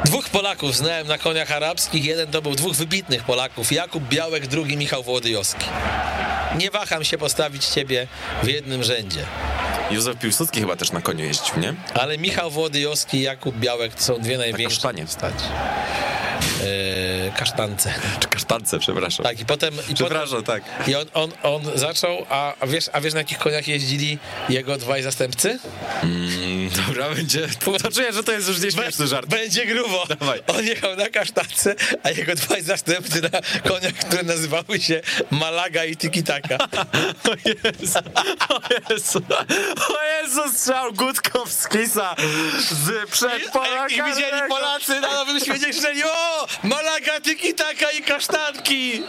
Dwóch Polaków znałem na koniach arabskich. Jeden to był dwóch wybitnych Polaków. Jakub Białek, drugi Michał Wołodyjowski. Nie waham się postawić ciebie w jednym rzędzie. Józef Piłsudski chyba też na koniu jeździł, nie? Ale Michał Wołodyjowski i Jakub Białek to są dwie największe kasztanie. postaci. Kasztance. Czy kasztance, przepraszam. Tak, i potem... Przepraszam, tak. I on zaczął, a wiesz na jakich koniach jeździli jego dwaj zastępcy? Dobra, będzie... To czuję, że to jest już nieśmieszny żart. Będzie grubo. Dawaj. On jechał na kasztance, a jego dwaj zastępcy na koniach, które nazywały się Malaga i Tiki Taka. O Jezu, o Jezu, o Jezu, strzał Gutkowskisa przed Polakami. I widzieli Polacy na Nowym Świecie, krzyczeli: o, Malaga, Tiki Taka i kasztanki.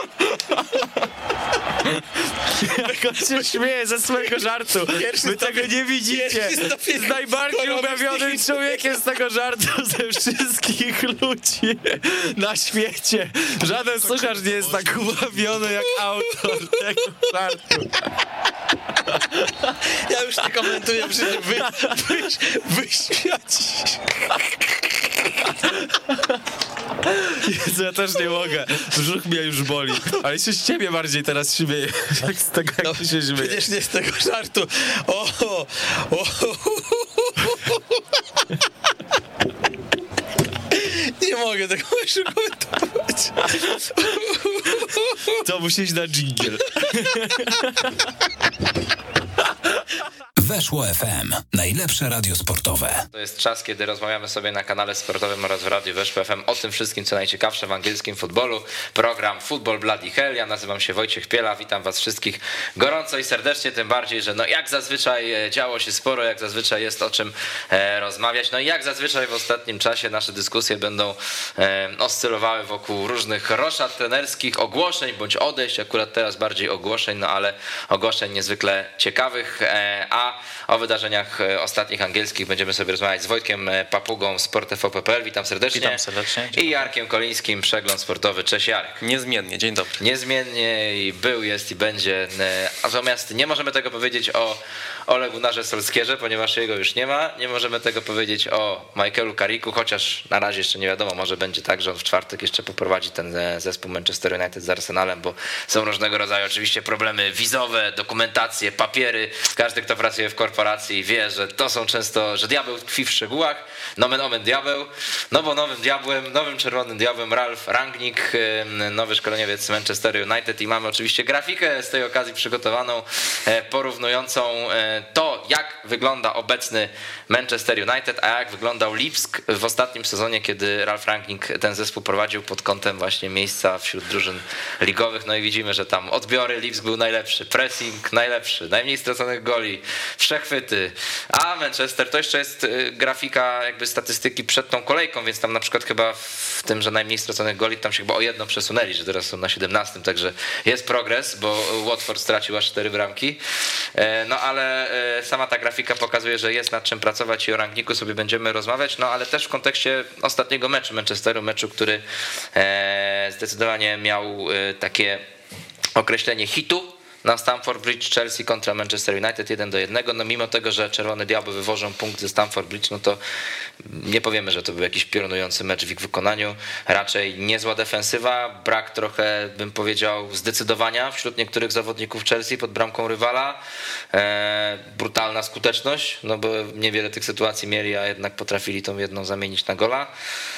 Jak on się śmieje ze swojego żartu. Wy tego nie widzicie. Jest najbardziej ubawionym człowiekiem z tego żartu ze wszystkich ludzi na świecie. Żaden słuchacz nie jest tak ubawiony jak autor tego żartu. Ja już nie komentuję, muszę wyśmiać. Jezu, ja też nie mogę. Brzuch mnie już boli. Ale się z ciebie bardziej teraz śmieję. Jak z tego, jak ty się śmieje. Przecież nie z tego żartu. Nie mogę tego już komentować. To musi iść na dżingiel. Weszło FM. Najlepsze radio sportowe. To jest czas, kiedy rozmawiamy sobie na kanale sportowym oraz w Radiu Weszło FM o tym wszystkim, co najciekawsze w angielskim futbolu. Program Football Bloody Hell. Ja nazywam się Wojciech Piela. Witam was wszystkich gorąco i serdecznie, tym bardziej, że no jak zazwyczaj działo się sporo, jak zazwyczaj jest o czym rozmawiać. No i jak zazwyczaj w ostatnim czasie nasze dyskusje będą oscylowały wokół różnych roszad trenerskich, ogłoszeń bądź odejść. Akurat teraz bardziej ogłoszeń, no ale ogłoszeń niezwykle ciekawych, a o wydarzeniach ostatnich angielskich będziemy sobie rozmawiać z Wojtkiem Papugą z Sport.tvp.pl. Witam serdecznie. Witam serdecznie. I Jarkiem Kolińskim, Przegląd Sportowy. Cześć Jarek. Niezmiennie, dzień dobry. Niezmiennie i był, jest i będzie. Natomiast nie możemy tego powiedzieć o Ole Gunnarze Solskierze, ponieważ jego już nie ma. Nie możemy tego powiedzieć o Michaelu Carricku, chociaż na razie jeszcze nie wiadomo, może będzie tak, że on w czwartek jeszcze poprowadzi ten zespół Manchester United z Arsenalem, bo są różnego rodzaju oczywiście problemy wizowe, dokumentacje, papiery. Każdy, kto pracuje w korporacji, wie, że to są często, że diabeł tkwi w szczegółach. Nomen omen diabeł. No bo nowym diabłem, nowym czerwonym diabłem Ralf Rangnick, nowy szkoleniowiec Manchester United, i mamy oczywiście grafikę z tej okazji przygotowaną, porównującą to, jak wygląda obecny Manchester United, a jak wyglądał Lipsk w ostatnim sezonie, kiedy Ralf Rangnick ten zespół prowadził pod kątem właśnie miejsca wśród drużyn ligowych. No i widzimy, że tam odbiory Lipsk był najlepszy, pressing najlepszy, najmniej straconych goli, przechwyty, a Manchester to jeszcze jest grafika jakby statystyki przed tą kolejką, więc tam na przykład chyba w tym, że najmniej straconych goli, tam się chyba o jedno przesunęli, że teraz są na 17, także jest progres, bo Watford stracił aż 4 bramki, no ale sama ta grafika pokazuje, że jest nad czym pracować i o Rangnicku sobie będziemy rozmawiać, no ale też w kontekście ostatniego meczu Manchesteru, meczu, który zdecydowanie miał takie określenie hitu na Stamford Bridge, Chelsea kontra Manchester United 1-1. No mimo tego, że Czerwone Diabły wywożą punkt ze Stamford Bridge, no to nie powiemy, że to był jakiś piorunujący mecz w ich wykonaniu. Raczej niezła defensywa, brak trochę, bym powiedział, zdecydowania wśród niektórych zawodników Chelsea pod bramką rywala. Brutalna skuteczność, no bo niewiele tych sytuacji mieli, a jednak potrafili tą jedną zamienić na gola.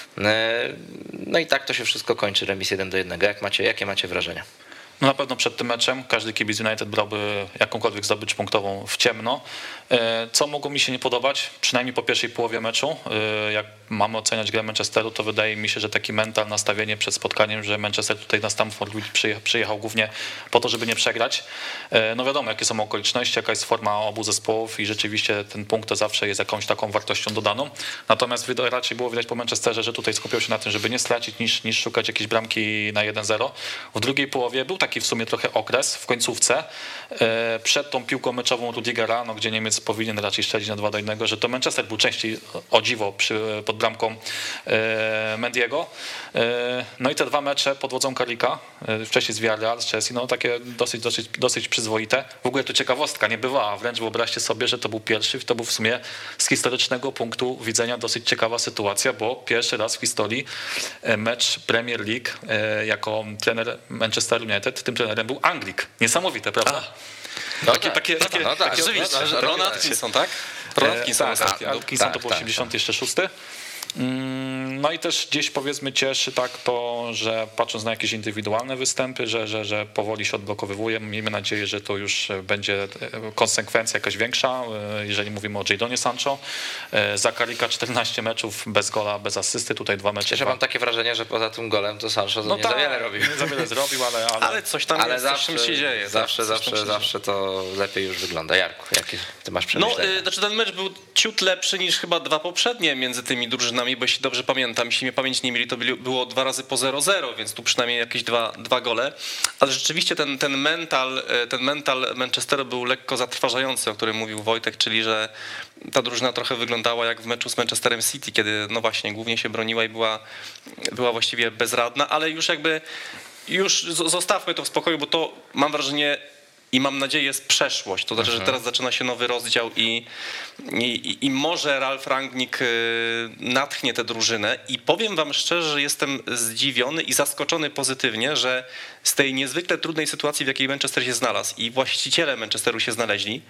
No i tak to się wszystko kończy, remis 1-1. Jakie macie wrażenia? No na pewno przed tym meczem każdy kibic United brałby jakąkolwiek zdobycz punktową w ciemno. Co mogło mi się nie podobać, przynajmniej po pierwszej połowie meczu, jak mamy oceniać grę Manchesteru, to wydaje mi się, że taki mental, nastawienie przed spotkaniem, że Manchester tutaj na Stamford Bridge przyjechał głównie po to, żeby nie przegrać. No wiadomo, jakie są okoliczności, jaka jest forma obu zespołów i rzeczywiście ten punkt to zawsze jest jakąś taką wartością dodaną. Natomiast raczej było widać po Manchesterze, że tutaj skupiał się na tym, żeby nie stracić, niż szukać jakiejś bramki na 1-0. W drugiej połowie był taki taki w sumie trochę okres w końcówce, przed tą piłką meczową Rudigera, no, gdzie Niemiec powinien raczej strzelić na 2-1, że to Manchester był częściej o dziwo pod bramką Mendiego. No i te dwa mecze pod wodzą Carricka, wcześniej z Villarreal, z Chelsea, no takie dosyć przyzwoite. W ogóle to ciekawostka, nie bywała, wręcz wyobraźcie sobie, że to był pierwszy, to był w sumie z historycznego punktu widzenia dosyć ciekawa sytuacja, bo pierwszy raz w historii mecz Premier League jako trener Manchester United, tym trenerem był Anglik. Niesamowite, prawda? Rzeczywiście. Ron Atkinson, tak? Ron Atkinson to był 86. No i też gdzieś powiedzmy cieszy tak to, że patrząc na jakieś indywidualne występy, że powoli się odblokowywuje. Miejmy nadzieję, że to już będzie konsekwencja jakaś większa, jeżeli mówimy o Jadonie Sancho. Za Carricka 14 meczów bez gola, bez asysty, tutaj 2 mecze. Ja mam takie wrażenie, że poza tym golem to Sancho to nie za wiele robił. Nie za wiele zrobił, ale coś tam jest, zawsze się dzieje. Zawsze to lepiej już wygląda. Jarku, jakie ty masz przemyślenia? No, znaczy ten mecz był ciut lepszy niż chyba 2 poprzednie między tymi drużynami, bo jeśli dobrze pamiętam, jeśli mnie pamięć nie mieli, to było 2 razy po 0-0, więc tu przynajmniej jakieś dwa gole. Ale rzeczywiście ten mental Manchesteru był lekko zatrważający, o którym mówił Wojtek, czyli że ta drużyna trochę wyglądała jak w meczu z Manchesterem City, kiedy no właśnie głównie się broniła i była właściwie bezradna, ale już zostawmy to w spokoju, bo to mam wrażenie i mam nadzieję jest przeszłość. To znaczy, że teraz zaczyna się nowy rozdział i może Ralf Rangnick natchnie tę drużynę i powiem wam szczerze, że jestem zdziwiony i zaskoczony pozytywnie, że z tej niezwykle trudnej sytuacji, w jakiej Manchester się znalazł i właściciele Manchesteru się znaleźli,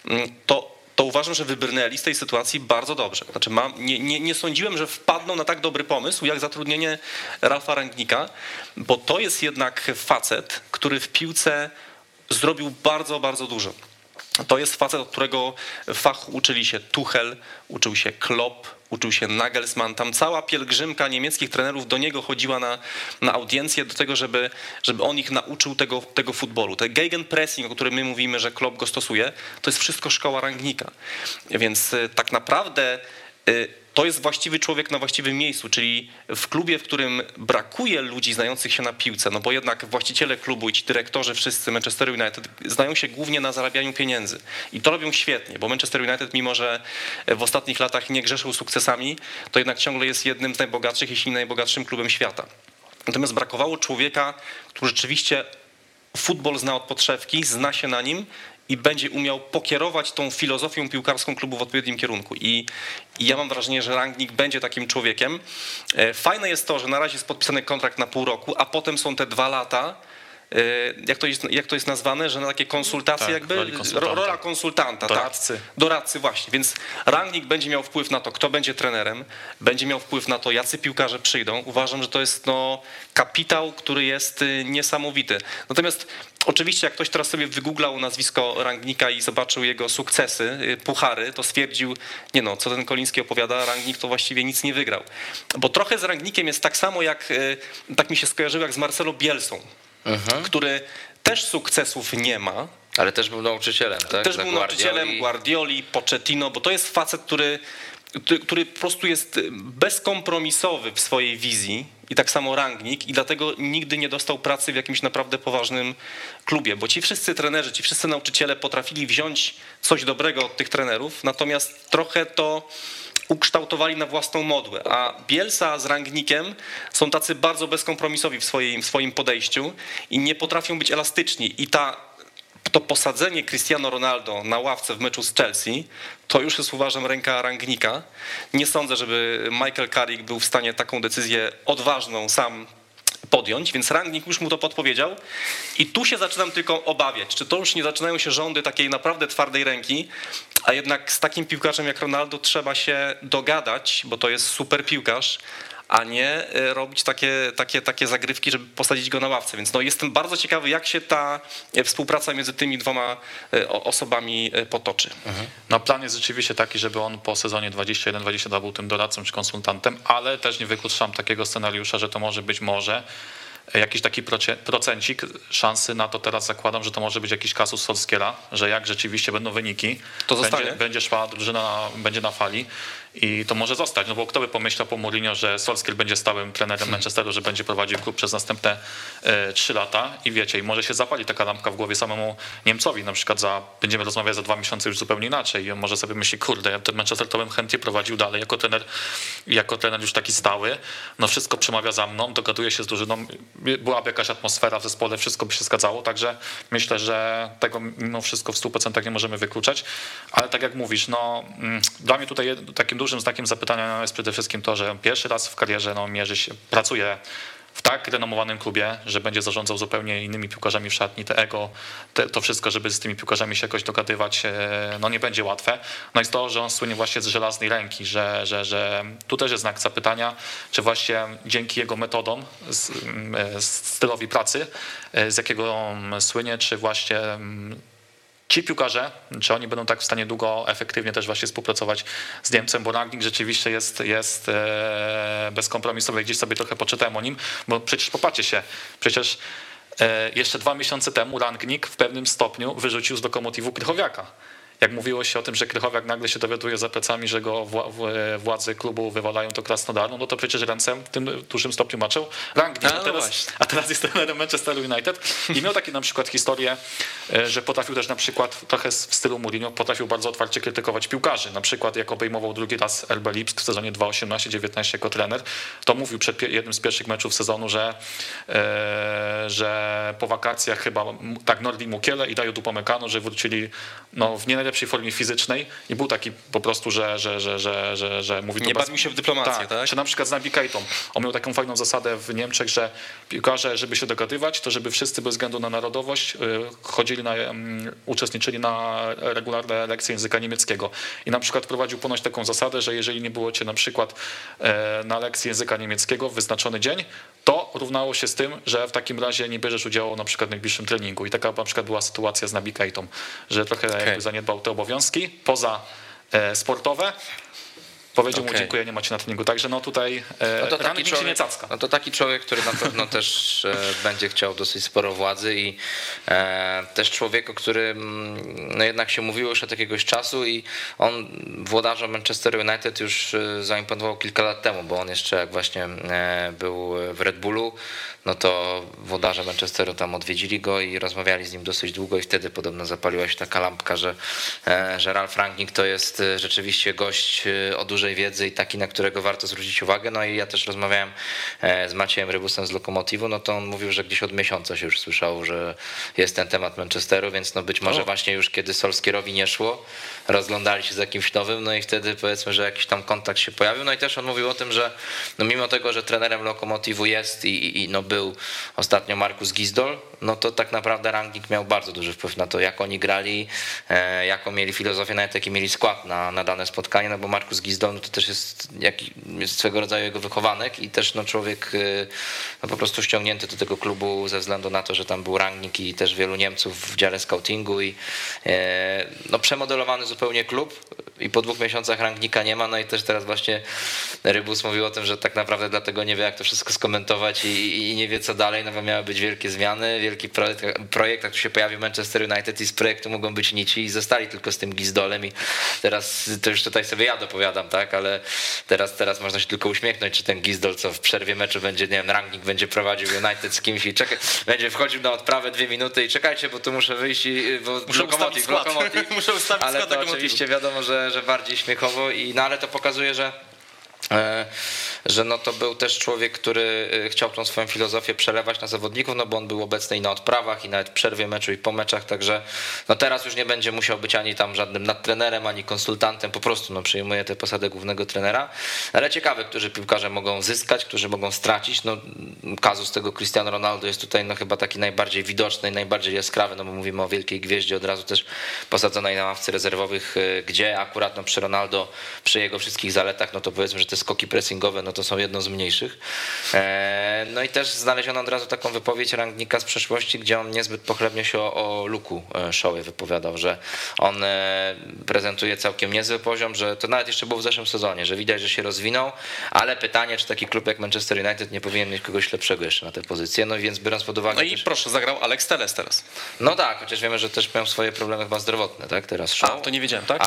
to uważam, że wybrnęli z tej sytuacji bardzo dobrze. Znaczy nie sądziłem, że wpadną na tak dobry pomysł, jak zatrudnienie Ralfa Rangnicka, bo to jest jednak facet, który w piłce zrobił bardzo, bardzo dużo. To jest facet, od którego fachu uczyli się Tuchel, uczył się Klopp, uczył się Nagelsmann. Tam cała pielgrzymka niemieckich trenerów do niego chodziła na audiencję do tego, żeby on ich nauczył tego futbolu. Ten gegenpressing, o którym my mówimy, że Klopp go stosuje, to jest wszystko szkoła Rangnicka. Więc tak naprawdę to jest właściwy człowiek na właściwym miejscu, czyli w klubie, w którym brakuje ludzi znających się na piłce, no bo jednak właściciele klubu i ci dyrektorzy wszyscy Manchester United znają się głównie na zarabianiu pieniędzy i to robią świetnie, bo Manchester United, mimo że w ostatnich latach nie grzeszył sukcesami, to jednak ciągle jest jednym z najbogatszych, jeśli nie najbogatszym klubem świata. Natomiast brakowało człowieka, który rzeczywiście futbol zna od podszewki, zna się na nim i będzie umiał pokierować tą filozofią piłkarską klubu w odpowiednim kierunku. I ja mam wrażenie, że Rangnick będzie takim człowiekiem. Fajne jest to, że na razie jest podpisany kontrakt na pół roku, a potem są te 2 lata, jak to jest nazwane, że na takie konsultacje, rola konsultanta. Doradcy właśnie. Więc Rangnick będzie miał wpływ na to, kto będzie trenerem, będzie miał wpływ na to, jacy piłkarze przyjdą. Uważam, że to jest kapitał, który jest niesamowity. Natomiast oczywiście jak ktoś teraz sobie wygooglał nazwisko Rangnicka i zobaczył jego sukcesy, puchary, to stwierdził, co ten Koliński opowiada, Rangnick to właściwie nic nie wygrał. Bo trochę z Rangnickiem jest tak samo tak mi się skojarzyło jak z Marcelo Bielsą, który też sukcesów nie ma. Ale też był nauczycielem, tak? Też był nauczycielem Guardioli, Pochettino, bo to jest facet, który po prostu jest bezkompromisowy w swojej wizji i tak samo Rangnick i dlatego nigdy nie dostał pracy w jakimś naprawdę poważnym klubie, bo ci wszyscy trenerzy, ci wszyscy nauczyciele potrafili wziąć coś dobrego od tych trenerów, natomiast trochę to ukształtowali na własną modłę, a Bielsa z Rangnickiem są tacy bardzo bezkompromisowi w swoim podejściu i nie potrafią być elastyczni i to posadzenie Cristiano Ronaldo na ławce w meczu z Chelsea, to już jest, uważam, ręka Rangnicka. Nie sądzę, żeby Michael Carrick był w stanie taką decyzję odważną sam podjąć, więc Rangnick już mu to podpowiedział i tu się zaczynam tylko obawiać, czy to już nie zaczynają się rządy takiej naprawdę twardej ręki, a jednak z takim piłkarzem jak Ronaldo trzeba się dogadać, bo to jest super piłkarz, a nie robić takie zagrywki, żeby posadzić go na ławce. Więc jestem bardzo ciekawy, jak się ta współpraca między tymi 2 osobami potoczy. No plan jest rzeczywiście taki, żeby on po sezonie 21-22 był tym doradcą czy konsultantem, ale też nie wykluczam takiego scenariusza, że to może być jakiś taki procencik szansy na to teraz zakładam, że to może być jakiś kasus Solskiera, że jak rzeczywiście będą wyniki, to będzie szła drużyna, będzie na fali i to może zostać, no bo kto by pomyślał po Mourinho, że Solskjaer będzie stałym trenerem Manchesteru, że będzie prowadził klub przez następne 3 lata i wiecie, i może się zapali taka lampka w głowie samemu Niemcowi, na przykład będziemy rozmawiać za 2 miesiące już zupełnie inaczej i on może sobie myśli, kurde, ja ten Manchester to bym chętnie prowadził dalej jako trener już taki stały, no wszystko przemawia za mną, dogaduję się z drużyną, byłaby jakaś atmosfera w zespole, wszystko by się zgadzało, także myślę, że tego mimo wszystko w 100% nie możemy wykluczać, ale tak jak mówisz, no dla mnie tutaj takim dużym znakiem zapytania jest przede wszystkim to, że pierwszy raz w karierze pracuje w tak renomowanym klubie, że będzie zarządzał zupełnie innymi piłkarzami w szatni, te ego, to wszystko, żeby z tymi piłkarzami się jakoś dogadywać, no nie będzie łatwe. No i to, że on słynie właśnie z żelaznej ręki, że tu też jest znak zapytania, czy właśnie dzięki jego metodom, stylowi pracy, z jakiego słynie, czy właśnie ci piłkarze, czy oni będą tak w stanie długo, efektywnie też właśnie współpracować z Niemcem, bo Rangnick rzeczywiście jest bezkompromisowy. Gdzieś sobie trochę poczytałem o nim, bo przecież popatrzcie się, jeszcze 2 miesiące temu Rangnick w pewnym stopniu wyrzucił z Lokomotivu Krychowiaka. Jak mówiło się o tym, że Krychowiak nagle się dowiaduje za plecami, że go władze klubu wywalają do Krasnodaru, no to przecież ręce w tym dużym stopniu maczał Rangnick, a teraz jest trenerem Manchesteru United i miał takie na przykład historię, że potrafił też na przykład trochę w stylu Mourinho, potrafił bardzo otwarcie krytykować piłkarzy. Na przykład jak obejmował drugi raz RB Lipsk w sezonie 2018-19 jako trener, to mówił przed jednym z pierwszych meczów sezonu, że po wakacjach chyba tak Nordi Mukiele i Dajo Dupamecano, że wrócili no, w nie najlepszej formie fizycznej i był taki po prostu, że mówi to nie bawił się w dyplomację, tak? Czy na przykład z Naby Keitą. On miał taką fajną zasadę w Niemczech, że piłkarze, żeby się dogadywać, to żeby wszyscy bez względu na narodowość uczestniczyli na regularne lekcje języka niemieckiego. I na przykład prowadził ponoć taką zasadę, że jeżeli nie było cię na przykład na lekcji języka niemieckiego w wyznaczony dzień, to równało się z tym, że w takim razie nie bierzesz udziału na przykład w najbliższym treningu. I taka na przykład była sytuacja z Naby Keitą, że trochę jakby zaniedbał te obowiązki poza sportowe. Powiedział mu dziękuję, nie macie na treningu. Także no tutaj Rangnick się nie cacka. No to taki człowiek, który na pewno też będzie chciał dosyć sporo władzy i też człowiek, o którym no jednak się mówiło już od jakiegoś czasu i on włodarzom Manchester United już zaimponował kilka lat temu, bo on jeszcze jak właśnie był w Red Bullu, no to włodarze Manchesteru tam odwiedzili go i rozmawiali z nim dosyć długo i wtedy podobno zapaliła się taka lampka, że Ralf Rangnick to jest rzeczywiście gość o dużej wiedzy i taki, na którego warto zwrócić uwagę. No i ja też rozmawiałem z Maciejem Rybusem z Lokomotivu, no to on mówił, że gdzieś od miesiąca się już słyszał, że jest ten temat Manchesteru, więc no być może właśnie już kiedy Solskjaerowi nie szło, rozglądali się za jakimś nowym, no i wtedy powiedzmy, że jakiś tam kontakt się pojawił. No i też on mówił o tym, że no mimo tego, że trenerem Lokomotivu jest i no był ostatnio Markus Gisdol, no to tak naprawdę Rangnick miał bardzo duży wpływ na to, jak oni grali, jaką mieli filozofię, nawet jaki mieli skład na dane spotkanie, no bo Markus Gisdol no to też jest swego rodzaju jego wychowanek i też no człowiek no po prostu ściągnięty do tego klubu ze względu na to, że tam był Rangnick i też wielu Niemców w dziale scoutingu i no przemodelowany zupełnie klub i po 2 miesiącach Rangnicka nie ma, no i też teraz właśnie Rybus mówił o tym, że tak naprawdę dlatego nie wie, jak to wszystko skomentować i nie wie co dalej, no bo miały być wielkie zmiany, wielki projekt, jak tu się pojawił Manchester United i z projektu mogą być nici i zostali tylko z tym Gisdolem i teraz to już tutaj sobie ja dopowiadam, tak, ale teraz można się tylko uśmiechnąć, czy ten Gisdol, co w przerwie meczu będzie, nie wiem, Rangnick będzie prowadził United z kimś i będzie wchodził na odprawę 2 minuty i czekajcie, bo tu muszę wyjść bo muszę ustawić skład. Ale to oczywiście wiadomo, że bardziej śmiechowo no ale to pokazuje, że no to był też człowiek, który chciał tą swoją filozofię przelewać na zawodników, no bo on był obecny i na odprawach i nawet w przerwie meczu i po meczach, także no teraz już nie będzie musiał być ani tam żadnym nadtrenerem, ani konsultantem, po prostu no przyjmuje tę posadę głównego trenera, ale ciekawe, którzy piłkarze mogą zyskać, którzy mogą stracić, no kazus tego Cristiano Ronaldo jest tutaj no chyba taki najbardziej widoczny, najbardziej jaskrawy, no bo mówimy o wielkiej gwieździe od razu też posadzonej na ławce rezerwowych, gdzie akurat no przy Ronaldo, przy jego wszystkich zaletach, no to powiedzmy, że te skoki pressingowe, no to są jedno z mniejszych. No i też znaleziono od razu taką wypowiedź Rangnicka z przeszłości, gdzie on niezbyt pochlebnie się o Luku Shawie wypowiadał, że on prezentuje całkiem niezły poziom, że to nawet jeszcze było w zeszłym sezonie, że widać, że się rozwinął, ale pytanie, czy taki klub jak Manchester United nie powinien mieć kogoś lepszego jeszcze na tę pozycję, no więc biorąc pod uwagę... No i proszę, zagrał Alex Telles teraz. No tak, chociaż wiemy, że też miał swoje problemy chyba zdrowotne, tak, teraz Shaw. To nie wiedziałem, tak?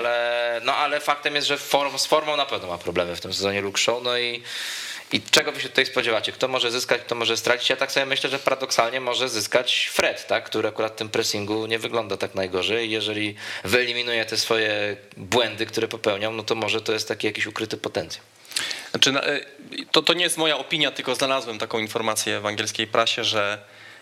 Ale faktem jest, że z formą na pewno ma problemy w tym sezonie Luke Shaw, no i czego wy się tutaj spodziewacie? Kto może zyskać, kto może stracić? Ja tak sobie myślę, że paradoksalnie może zyskać Fred, tak? Który akurat w tym pressingu nie wygląda tak najgorzej. Jeżeli wyeliminuje te swoje błędy, które popełniał, no to może to jest taki jakiś ukryty potencjał. Znaczy, to nie jest moja opinia, tylko znalazłem taką informację w angielskiej prasie, że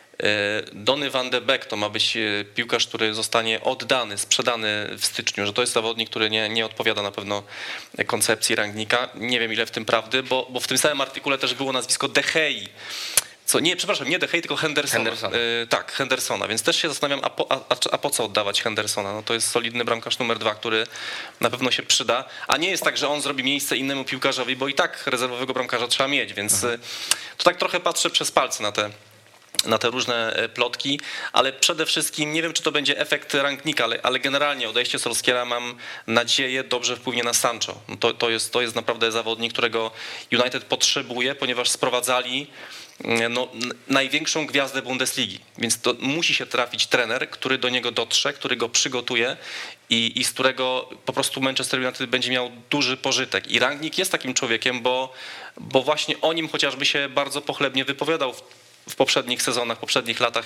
Donny van de Beek to ma być piłkarz, który zostanie oddany, sprzedany w styczniu, że to jest zawodnik, który nie odpowiada na pewno koncepcji Rangnicka. Nie wiem, ile w tym prawdy, bo w tym samym artykule też było nazwisko De Gea. Nie De Gea, tylko Hendersona. Tak, Hendersona, więc też się zastanawiam, a po co oddawać Hendersona? No to jest solidny bramkarz numer 2, który na pewno się przyda, a nie jest tak, że on zrobi miejsce innemu piłkarzowi, bo i tak rezerwowego bramkarza trzeba mieć, więc to tak trochę patrzę przez palce na te różne plotki, ale przede wszystkim nie wiem, czy to będzie efekt Rangnicka, ale generalnie odejście Solskjaera, mam nadzieję, dobrze wpłynie na Sancho. To jest naprawdę zawodnik, którego United potrzebuje, ponieważ sprowadzali największą gwiazdę Bundesligi, więc to musi się trafić trener, który do niego dotrze, który go przygotuje i z którego po prostu Manchester United będzie miał duży pożytek. I Rangnick jest takim człowiekiem, bo właśnie o nim chociażby się bardzo pochlebnie wypowiadał w poprzednich sezonach, poprzednich latach,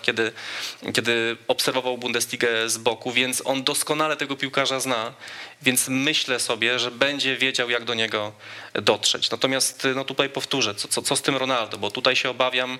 kiedy obserwował Bundesligę z boku, więc on doskonale tego piłkarza zna, więc myślę sobie, że będzie wiedział, jak do niego dotrzeć. Natomiast tutaj powtórzę, co z tym Ronaldo, bo tutaj się obawiam,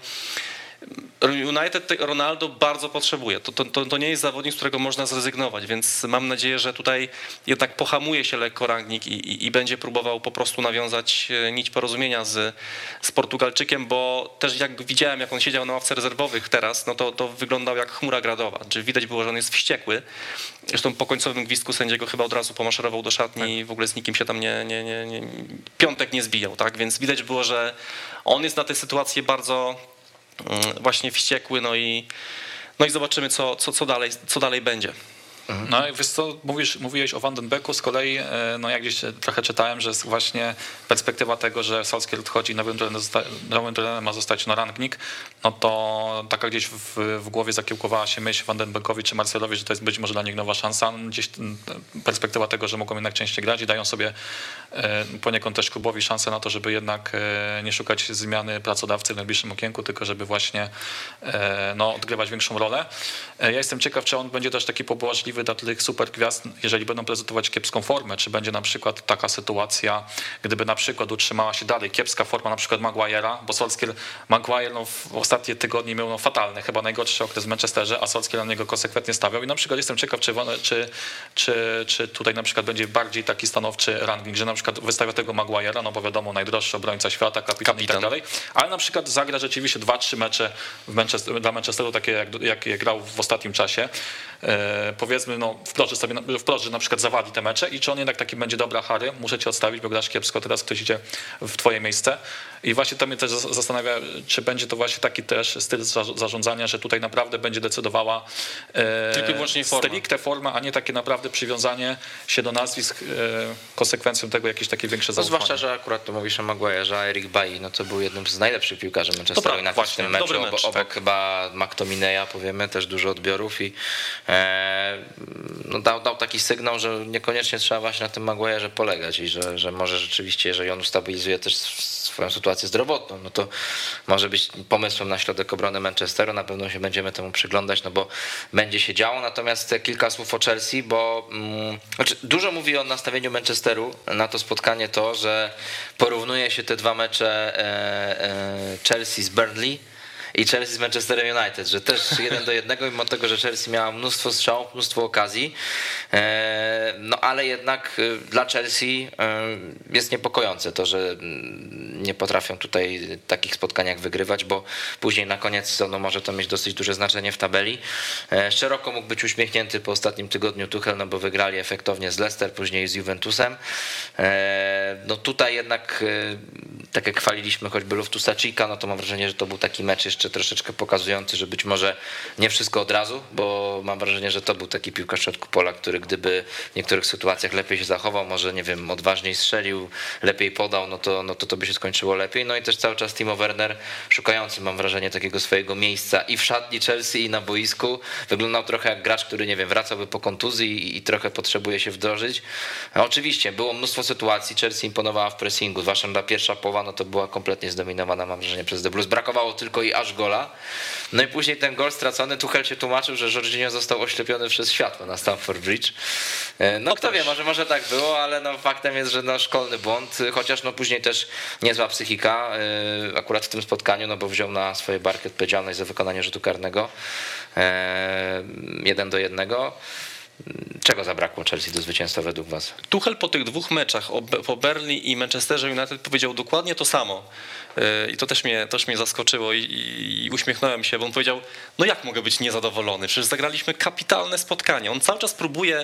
United Ronaldo bardzo potrzebuje. To nie jest zawodnik, z którego można zrezygnować, więc mam nadzieję, że tutaj jednak pohamuje się lekko Rangnick i będzie próbował po prostu nawiązać nić porozumienia z Portugalczykiem, bo też jak widziałem, jak on siedział na ławce rezerwowych teraz, no to wyglądał jak chmura gradowa. Czyli widać było, że on jest wściekły. Zresztą po końcowym gwizdku sędziego chyba od razu pomaszerował do szatni i w ogóle z nikim się tam piątek nie zbijał, tak? Więc widać było, że on jest na tej sytuacji bardzo właśnie wściekły, no i zobaczymy, co dalej będzie. No i wiesz co, mówiłeś o Van den Beeku, z kolei no jak gdzieś trochę czytałem, że jest właśnie perspektywa tego, że Solskjaer odchodzi, nowym trenerem ma zostać Rangnick, no to taka gdzieś w głowie zakiełkowała się myśl Van den Beekowi czy Marcelowi, że to jest być może dla nich nowa szansa, gdzieś perspektywa tego, że mogą jednak częściej grać i dają sobie poniekąd też klubowi szansę na to, żeby jednak nie szukać zmiany pracodawcy w najbliższym okienku, tylko żeby właśnie odgrywać większą rolę. Ja jestem ciekaw, czy on będzie też taki pobłażliwy dla tych super gwiazd, jeżeli będą prezentować kiepską formę, czy będzie na przykład taka sytuacja, gdyby na przykład utrzymała się dalej kiepska forma na przykład Maguire'a, bo Maguire w ostatnie tygodnie miał fatalny, chyba najgorszy okres w Manchesterze, a Solskjaer na niego konsekwentnie stawiał i na przykład jestem ciekaw, czy tutaj na przykład będzie bardziej taki stanowczy Rangnick, że na przykład wystawia tego Maguire'a, no bo wiadomo, najdroższy obrońca świata, kapitan i tak dalej, ale na przykład zagra rzeczywiście 2-3 mecze dla Manchesteru, takie jak grał w ostatnim czasie, powiedzmy, wprost, że na przykład zawali te mecze i czy on jednak taki będzie dobra, Harry, muszę cię odstawić, bo grasz kiepsko, teraz ktoś idzie w twoje miejsce. I właśnie to mnie też zastanawia, czy będzie to właśnie taki też styl zarządzania, że tutaj naprawdę będzie decydowała tylko wyłącznie stricte forma, a nie takie naprawdę przywiązanie się do nazwisk, konsekwencją tego jakieś takie większe zaufanie. Zwłaszcza, że akurat tu mówisz o Maguire'ze, a Eric Bailly, no to był jednym z najlepszych piłkarzy Manchesteru United w tym meczu, obok chyba McTominaya, powiemy, też dużo odbiorów i dał taki sygnał, że niekoniecznie trzeba właśnie na tym Maguire'ze polegać i że może rzeczywiście, jeżeli on ustabilizuje też swoją sytuację zdrowotną, no to może być pomysłem na środek obrony Manchesteru, na pewno się będziemy temu przyglądać, no bo będzie się działo, natomiast kilka słów o Chelsea, bo dużo mówi o nastawieniu Manchesteru na to spotkanie to, że porównuje się te dwa mecze Chelsea z Burnley i Chelsea z Manchesterem United, że też 1-1, mimo tego, że Chelsea miała mnóstwo strzałów, mnóstwo okazji, no ale jednak dla Chelsea jest niepokojące to, że nie potrafią tutaj w takich spotkaniach wygrywać, bo później na koniec sezonu może to mieć dosyć duże znaczenie w tabeli. Szeroko mógł być uśmiechnięty po ostatnim tygodniu Tuchel, no bo wygrali efektownie z Leicester, później z Juventusem. No tutaj jednak, tak jak chwaliliśmy choćby Loftusa-Cheeka, no to mam wrażenie, że to był taki mecz jeszcze troszeczkę pokazujący, że być może nie wszystko od razu, bo mam wrażenie, że to był taki piłkarz w środku pola, który gdyby w niektórych sytuacjach lepiej się zachował, może nie wiem, odważniej strzelił, lepiej podał, no to by się skończyło lepiej. No i też cały czas Timo Werner, szukający mam wrażenie takiego swojego miejsca i w szatni Chelsea i na boisku, wyglądał trochę jak gracz, który nie wiem, wracałby po kontuzji i trochę potrzebuje się wdrożyć. Oczywiście było mnóstwo sytuacji, Chelsea imponowała w pressingu, zwłaszcza ta pierwsza połowa, no to była kompletnie zdominowana, mam wrażenie, przez The Blues. Brakowało tylko i aż gola. No i później ten gol stracony, Tuchel się tłumaczył, że Jorginho został oślepiony przez światło na Stamford Bridge. No kto wie, może tak było, ale no faktem jest, że no szkolny błąd, chociaż no później też niezła psychika, akurat w tym spotkaniu, no bo wziął na swoje barki odpowiedzialność za wykonanie rzutu karnego 1-1. Czego zabrakło Chelsea do zwycięstwa według was? Tuchel po tych dwóch meczach, po Burnley i Manchesterze United, powiedział dokładnie to samo. I to też mnie zaskoczyło i uśmiechnąłem się, bo on powiedział, no jak mogę być niezadowolony? Przecież zagraliśmy kapitalne spotkanie. On cały czas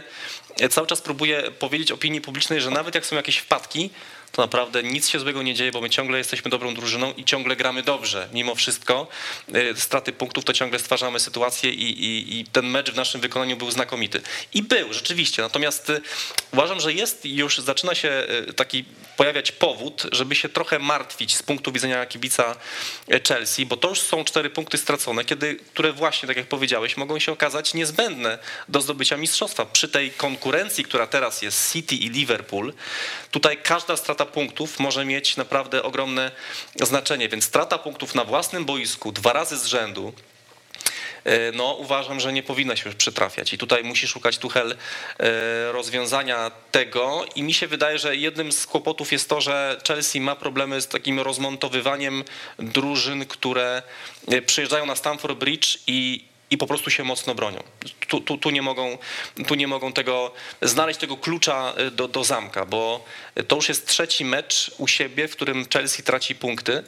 próbuje powiedzieć opinii publicznej, że nawet jak są jakieś wpadki, to naprawdę nic się złego nie dzieje, bo my ciągle jesteśmy dobrą drużyną i ciągle gramy dobrze. Mimo wszystko straty punktów to ciągle stwarzamy sytuację i ten mecz w naszym wykonaniu był znakomity. I był, rzeczywiście. Natomiast uważam, że zaczyna się taki pojawiać powód, żeby się trochę martwić z punktu widzenia kibica Chelsea, bo to już są 4 punkty stracone, które właśnie, tak jak powiedziałeś, mogą się okazać niezbędne do zdobycia mistrzostwa. Przy tej konkurencji, która teraz jest City i Liverpool, tutaj każda strata punktów może mieć naprawdę ogromne znaczenie, więc strata punktów na własnym boisku 2 razy z rzędu, no uważam, że nie powinna się już przytrafiać i tutaj musi szukać Tuchel rozwiązania tego i mi się wydaje, że jednym z kłopotów jest to, że Chelsea ma problemy z takim rozmontowywaniem drużyn, które przyjeżdżają na Stamford Bridge i po prostu się mocno bronią. Tu nie mogą znaleźć tego klucza do zamka, bo to już jest 3. mecz u siebie, w którym Chelsea traci punkty,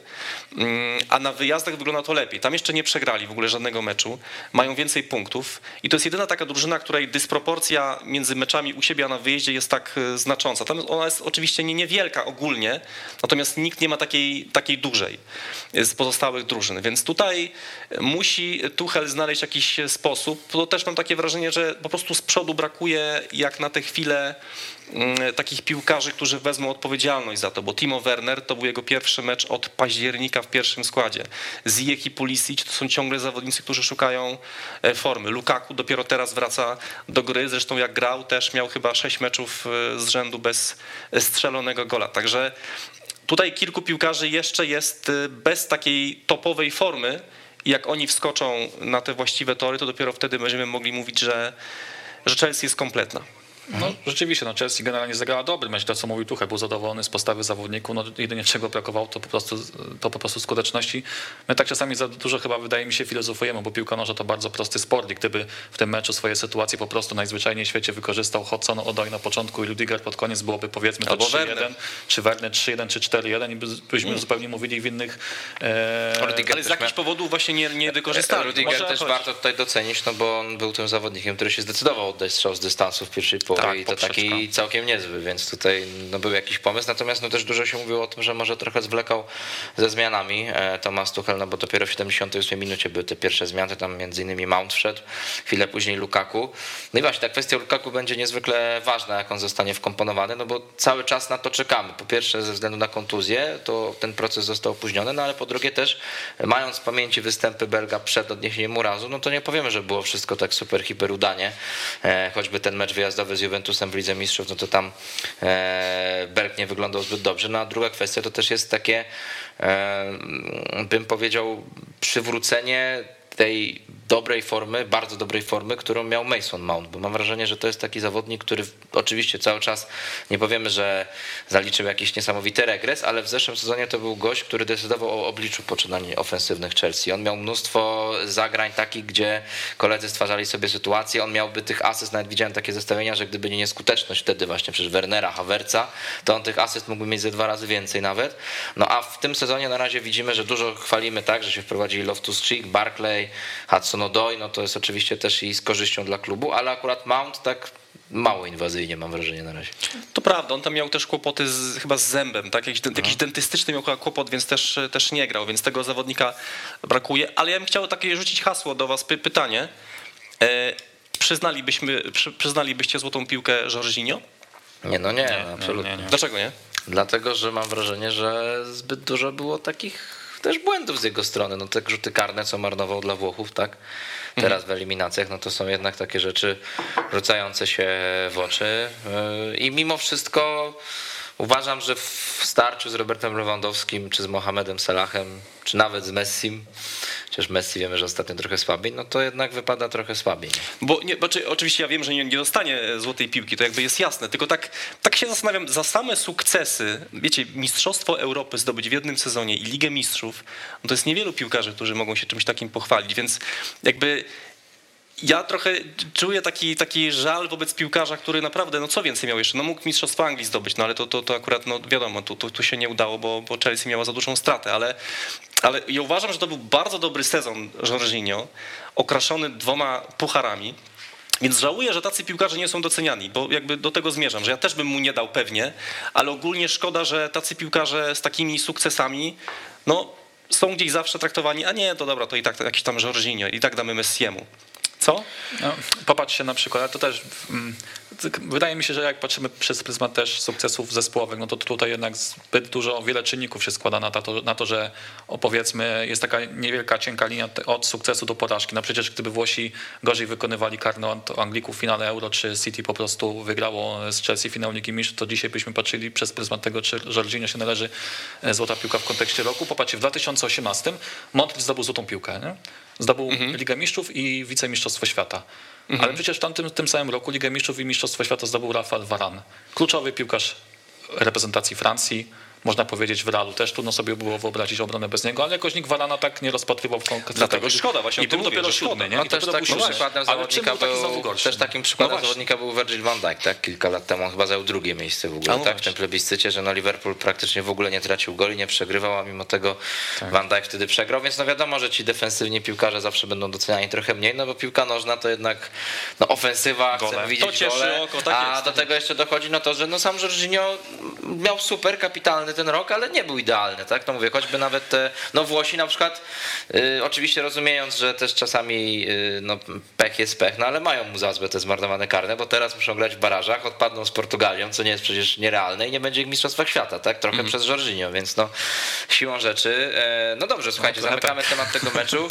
a na wyjazdach wygląda to lepiej. Tam jeszcze nie przegrali w ogóle żadnego meczu, mają więcej punktów i to jest jedyna taka drużyna, której dysproporcja między meczami u siebie a na wyjeździe jest tak znacząca. Tam ona jest oczywiście niewielka ogólnie, natomiast nikt nie ma takiej dużej z pozostałych drużyn, więc tutaj musi Tuchel znaleźć jakiś sposób. To też mam takie wrażenie, że po prostu z przodu brakuje jak na tę chwilę takich piłkarzy, którzy wezmą odpowiedzialność za to, bo Timo Werner to był jego pierwszy mecz od października w pierwszym składzie. Ziyech i Pulisic to są ciągle zawodnicy, którzy szukają formy. Lukaku dopiero teraz wraca do gry, zresztą jak grał też miał chyba 6 meczów z rzędu bez strzelonego gola. Także tutaj kilku piłkarzy jeszcze jest bez takiej topowej formy i jak oni wskoczą na te właściwe tory, to dopiero wtedy będziemy mogli mówić, że Chelsea jest kompletna. No rzeczywiście, Chelsea generalnie zagrała dobry mecz, to co mówił Tuchel, był zadowolony z postawy zawodników, jedynie czego brakowało to po prostu skuteczności. My tak czasami za dużo chyba wydaje mi się filozofujemy, bo piłka nożna to bardzo prosty sport i gdyby w tym meczu swoje sytuacje po prostu najzwyczajniej w świecie wykorzystał Hodgson, Odoi na początku i Rudiger pod koniec, byłoby powiedzmy to 3-1, czy Werner 3-1, czy 4-1 i byśmy zupełnie mówili w innych... Ale z jakichś powodów właśnie nie wykorzystali. Rudiger też warto tutaj docenić, no bo on był tym zawodnikiem, który się zdecydował oddać strzał z dystansu w pierwszej połowie. I to taki całkiem niezły, więc tutaj był jakiś pomysł, natomiast też dużo się mówiło o tym, że może trochę zwlekał ze zmianami Thomas Tuchel, bo dopiero w 78 minucie były te pierwsze zmiany, tam między innymi Mount wszedł, chwilę później Lukaku. No i właśnie ta kwestia Lukaku będzie niezwykle ważna, jak on zostanie wkomponowany, bo cały czas na to czekamy. Po pierwsze ze względu na kontuzję, to ten proces został opóźniony, ale po drugie też mając w pamięci występy Belga przed odniesieniem urazu, to nie powiemy, że było wszystko tak super, hiper udanie, choćby ten mecz wyjazdowy z Juventusem w Lidze Mistrzów, to tam Belg nie wyglądał zbyt dobrze. No a druga kwestia to też jest takie, bym powiedział, przywrócenie tej dobrej formy, bardzo dobrej formy, którą miał Mason Mount, bo mam wrażenie, że to jest taki zawodnik, który oczywiście cały czas nie powiemy, że zaliczył jakiś niesamowity regres, ale w zeszłym sezonie to był gość, który decydował o obliczu poczynań ofensywnych Chelsea. On miał mnóstwo zagrań takich, gdzie koledzy stwarzali sobie sytuację, on miałby tych asyst, nawet widziałem takie zestawienia, że gdyby nie nieskuteczność wtedy właśnie przez Wernera, Havertza, to on tych asyst mógłby mieć ze 2 razy więcej nawet. No a w tym sezonie na razie widzimy, że dużo chwalimy tak, że się wprowadzili Loftus-Cheek, Barkley, Hudson-Odoi, no to jest oczywiście też i z korzyścią dla klubu, ale akurat Mount tak mało inwazyjnie mam wrażenie na razie. To prawda, on tam miał też kłopoty chyba z zębem, tak? Jakiś dentystyczny miał chyba kłopot, więc też nie grał, więc tego zawodnika brakuje. Ale ja bym chciał takie rzucić hasło do was, pytanie. Przyznalibyście złotą piłkę Jorginho? Nie, absolutnie. Nie. Dlaczego nie? Dlatego, że mam wrażenie, że zbyt dużo było takich też błędów z jego strony. No te rzuty karne, co marnował dla Włochów, tak? Teraz w eliminacjach, no to są jednak takie rzeczy rzucające się w oczy. I mimo wszystko uważam, że w starciu z Robertem Lewandowskim, czy z Mohamedem Salahem, czy nawet z Messim, chociaż Messi wiemy, że ostatnio trochę słabiej, no to jednak wypada trochę słabiej. Bo oczywiście ja wiem, że nie dostanie złotej piłki, to jakby jest jasne, tylko tak się zastanawiam, za same sukcesy, wiecie, Mistrzostwo Europy zdobyć w jednym sezonie i Ligę Mistrzów, no to jest niewielu piłkarzy, którzy mogą się czymś takim pochwalić, więc jakby ja trochę czuję taki żal wobec piłkarza, który naprawdę, no co więcej miał jeszcze, no mógł Mistrzostwo Anglii zdobyć, no ale to akurat, no wiadomo, tu się nie udało, bo Chelsea miała za dużą stratę, ale ja uważam, że to był bardzo dobry sezon Jorginho, okraszony 2 pucharami, więc żałuję, że tacy piłkarze nie są doceniani, bo jakby do tego zmierzam, że ja też bym mu nie dał pewnie, ale ogólnie szkoda, że tacy piłkarze z takimi sukcesami, no są gdzieś zawsze traktowani, a nie, to dobra, to i tak jakiś tam Jorginho, i tak damy Messiemu. Co? No, popatrz się na przykład, ale to też wydaje mi się, że jak patrzymy przez pryzmat też sukcesów zespołowych, no to tutaj jednak zbyt wiele czynników się składa na to, że powiedzmy jest taka niewielka, cienka linia od sukcesu do porażki. No przecież gdyby Włosi gorzej wykonywali karne od Anglików w finale Euro, czy City po prostu wygrało z Chelsea finał Ligi Mistrzów, to dzisiaj byśmy patrzyli przez pryzmat tego, czy Jorginho się należy złota piłka w kontekście roku. Popatrzcie, w 2018 Modric zdobył złotą piłkę, nie? Zdobył Ligę Mistrzów i wicemistrzostwo świata. Ale przecież w tym samym roku Ligę Mistrzów i Mistrzostwo Świata zdobył Rafael Varane. Kluczowy piłkarz reprezentacji Francji. Można powiedzieć w Realu też trudno sobie było wyobrazić obronę bez niego, ale jakoś nikt Varana tak nie rozpatrywał w konkretnie. Dlatego szkoda, właśnie i był dopiero 7, nie? No też takim przykładem zawodnika był Virgil van Dijk, tak? Kilka lat temu on chyba zajął 2. miejsce w ogóle, tak? W tym plebiscycie, że no Liverpool praktycznie w ogóle nie tracił goli, nie przegrywał, a mimo tego Van Dijk wtedy przegrał, więc no wiadomo, że ci defensywni piłkarze zawsze będą doceniani trochę mniej, no bo piłka nożna to jednak no ofensywa, chcemy widzieć gole, a do tego jeszcze dochodzi no to, że no sam Jorginho miał super kapitalny ten rok, ale nie był idealny, tak? No mówię, choćby nawet te, no Włosi na przykład, oczywiście rozumiejąc, że też czasami no pech jest pech, no ale mają mu za złe te zmarnowane karne, bo teraz muszą grać w barażach, odpadną z Portugalią, co nie jest przecież nierealne i nie będzie ich w Mistrzostwach Świata, tak? Trochę przez Jorginho, więc no siłą rzeczy. No dobrze, słuchajcie, zamykamy temat tego meczu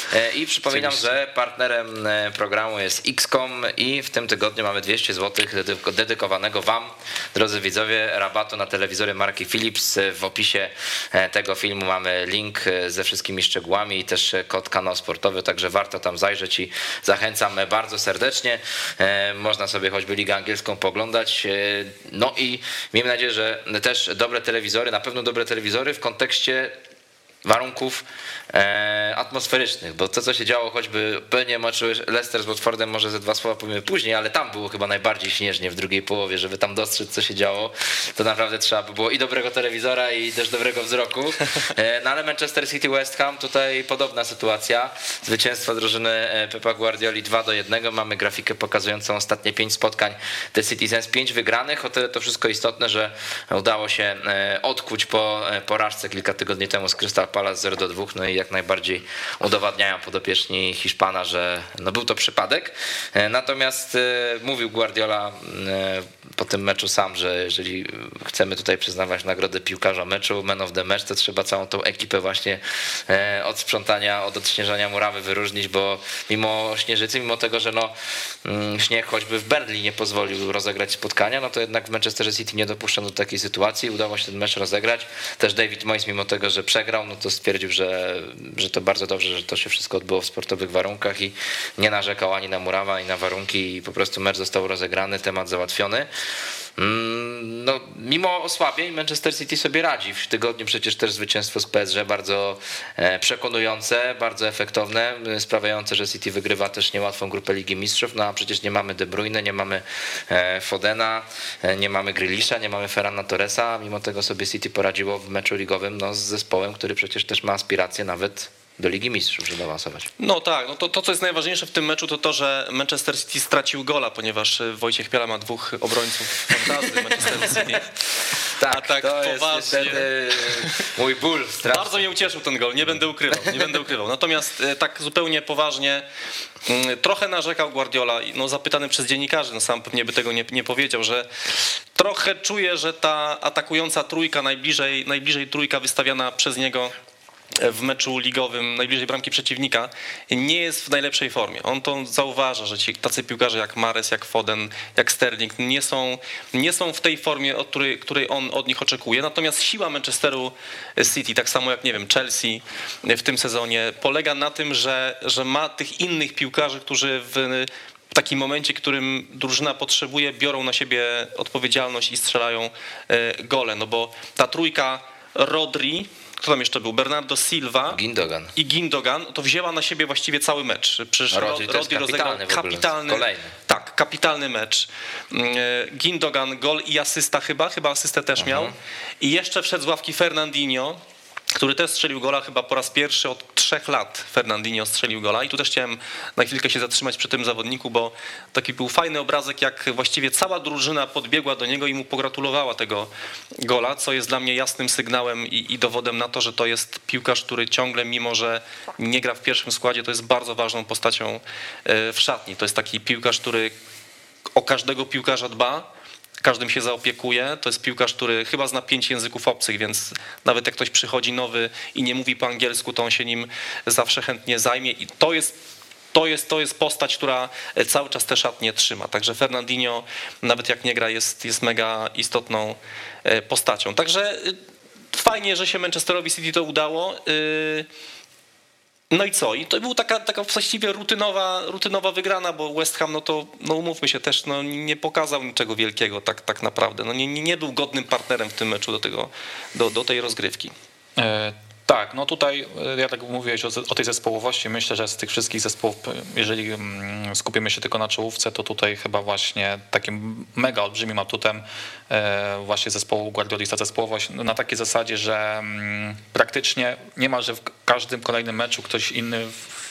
i przypominam, że partnerem programu jest XCOM i w tym tygodniu mamy 200 zł dedykowanego wam, drodzy widzowie, rabatu na telewizory marki Philips. W opisie tego filmu mamy link ze wszystkimi szczegółami i też kod kanał sportowy, także warto tam zajrzeć i zachęcam bardzo serdecznie. Można sobie choćby Ligę Angielską poglądać. No i miejmy nadzieję, że też dobre telewizory, na pewno dobre telewizory w kontekście warunków atmosferycznych, bo to co się działo choćby pewnie meczu Leicester z Watfordem może ze 2 słowa powiemy później, ale tam było chyba najbardziej śnieżnie w drugiej połowie, żeby tam dostrzec co się działo, to naprawdę trzeba by było i dobrego telewizora i też dobrego wzroku, no ale Manchester City West Ham tutaj podobna sytuacja, zwycięstwo drużyny Pepa Guardioli 2-1, mamy grafikę pokazującą ostatnie 5 spotkań The Citizens, 5 wygranych, o tyle to wszystko istotne, że udało się odkuć po porażce kilka tygodni temu z Crystal Palace 0-2, no i jak najbardziej udowadniają podopieczni Hiszpana, że no był to przypadek. Natomiast mówił Guardiola po tym meczu sam, że jeżeli chcemy tutaj przyznawać nagrodę piłkarza meczu, man of the match, to trzeba całą tą ekipę właśnie od sprzątania, od odśnieżania murawy wyróżnić, bo mimo śnieżycy, mimo tego, że no śnieg choćby w Berlin nie pozwolił rozegrać spotkania, no to jednak w Manchesterze City nie dopuszczono do takiej sytuacji, udało się ten mecz rozegrać. Też David Moyes, mimo tego, że przegrał, no to stwierdził, że to bardzo dobrze, że to się wszystko odbyło w sportowych warunkach i nie narzekał ani na murawę, ani na warunki i po prostu mecz został rozegrany, temat załatwiony. No, mimo osłabień Manchester City sobie radzi. W tygodniu przecież też zwycięstwo z PSG bardzo przekonujące, bardzo efektowne, sprawiające, że City wygrywa też niełatwą grupę Ligi Mistrzów, no a przecież nie mamy De Bruyne, nie mamy Fodena, nie mamy Grealisha, nie mamy Ferrana Torresa, mimo tego sobie City poradziło w meczu ligowym no, z zespołem, który przecież też ma aspiracje nawet do Ligi Mistrzów, żeby awansować. No tak, no to co jest najważniejsze w tym meczu to, że Manchester City stracił gola, ponieważ Wojciech Piela ma 2 obrońców fantazy Manchester City. Tak, tak to poważnie. jest niestety mój ból straszny. Bardzo mnie ucieszył ten gol, nie będę ukrywał. Natomiast tak zupełnie poważnie, trochę narzekał Guardiola, no zapytany przez dziennikarzy, no sam pewnie by tego nie powiedział, że trochę czuje, że ta atakująca trójka, najbliżej trójka wystawiana przez niego w meczu ligowym najbliżej bramki przeciwnika nie jest w najlepszej formie. On to zauważa, że tacy piłkarze jak Mahrez, jak Foden, jak Sterling nie są w tej formie, której on od nich oczekuje. Natomiast siła Manchesteru City, tak samo jak nie wiem, Chelsea w tym sezonie, polega na tym, że ma tych innych piłkarzy, którzy w takim momencie, w którym drużyna potrzebuje, biorą na siebie odpowiedzialność i strzelają gole. No bo ta trójka Rodri, kto tam jeszcze był? Bernardo Silva i Gindogan, to wzięła na siebie właściwie cały mecz. Przecież Rodri rozegrał kapitalny mecz. Gindogan gol i asysta chyba asystę też miał. I jeszcze wszedł z ławki Fernandinho, który też strzelił gola chyba po raz pierwszy od 3 lat. Fernandinho strzelił gola i tu też chciałem na chwilkę się zatrzymać przy tym zawodniku, bo taki był fajny obrazek, jak właściwie cała drużyna podbiegła do niego i mu pogratulowała tego gola, co jest dla mnie jasnym sygnałem i dowodem na to, że to jest piłkarz, który ciągle, mimo że nie gra w pierwszym składzie, to jest bardzo ważną postacią w szatni. To jest taki piłkarz, który o każdego piłkarza dba, każdym się zaopiekuje. To jest piłkarz, który chyba zna 5 języków obcych, więc nawet jak ktoś przychodzi nowy i nie mówi po angielsku, to on się nim zawsze chętnie zajmie i to jest postać, która cały czas te szatnie trzyma. Także Fernandinho, nawet jak nie gra, jest mega istotną postacią. Także fajnie, że się Manchesterowi City to udało. No i co? I to była taka właściwie rutynowa wygrana, bo West Ham, no umówmy się też, no nie pokazał niczego wielkiego tak naprawdę. No nie był godnym partnerem w tym meczu do tej rozgrywki. Tak, no tutaj ja tak mówiłeś o tej zespołowości. Myślę, że z tych wszystkich zespołów, jeżeli skupimy się tylko na czołówce, to tutaj chyba właśnie takim mega olbrzymim atutem właśnie zespołu Guardioli jest ta zespołowość na takiej zasadzie, że praktycznie niemalże w każdym kolejnym meczu ktoś inny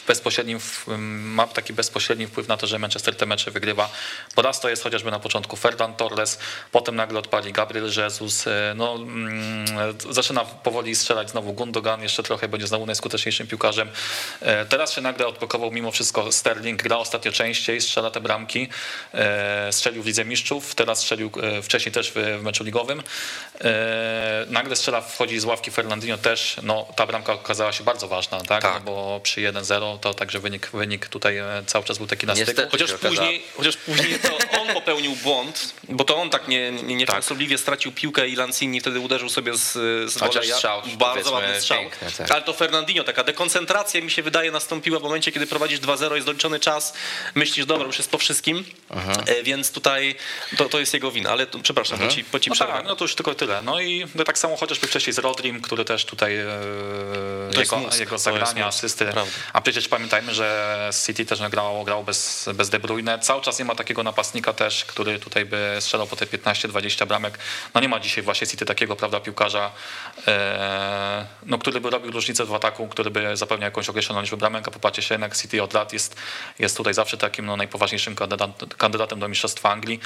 ma taki bezpośredni wpływ na to, że Manchester te mecze wygrywa. Bo raz to jest chociażby na początku Ferran Torres, potem nagle odpali Gabriel Jesus, no, zaczyna powoli strzelać znowu Gundogan, jeszcze trochę będzie znowu najskuteczniejszym piłkarzem. Teraz się nagle odblokował mimo wszystko Sterling, gra ostatnio częściej, strzela te bramki, strzelił w Lidze Mistrzów, teraz strzelił wcześniej też w meczu ligowym. Nagle wchodzi z ławki Fernandinho też, no ta bramka okazała się bardzo ważna, tak? No, bo przy 1-0 to także wynik tutaj cały czas był taki na styku. Chociaż później to on popełnił błąd, bo to on tak niefrasobliwie stracił piłkę i Lanzini wtedy uderzył sobie z voleja. Bardzo ładny strzał. Piękne, tak. Ale to Fernandinho, taka dekoncentracja mi się wydaje nastąpiła w momencie, kiedy prowadzisz 2-0, jest doliczony czas, myślisz, dobra, już jest po wszystkim, więc tutaj to jest jego wina, ale przepraszam, bo ci przerwę. Tak, no to już tylko tyle. No i tak samo chociażby wcześniej z Rodrim, który też tutaj jego zagrania, asysty. A przecież pamiętajmy, że City też grało bez De Bruyne. Cały czas nie ma takiego napastnika też, który tutaj by strzelał po te 15-20 bramek. No nie ma dzisiaj właśnie City takiego, prawda, piłkarza, no, który by robił różnicę w ataku, który by zapewniał jakąś określoną liczbę bramek, a popatrzcie się, jednak City od lat jest tutaj zawsze takim najpoważniejszym kandydatem do mistrzostwa Anglii.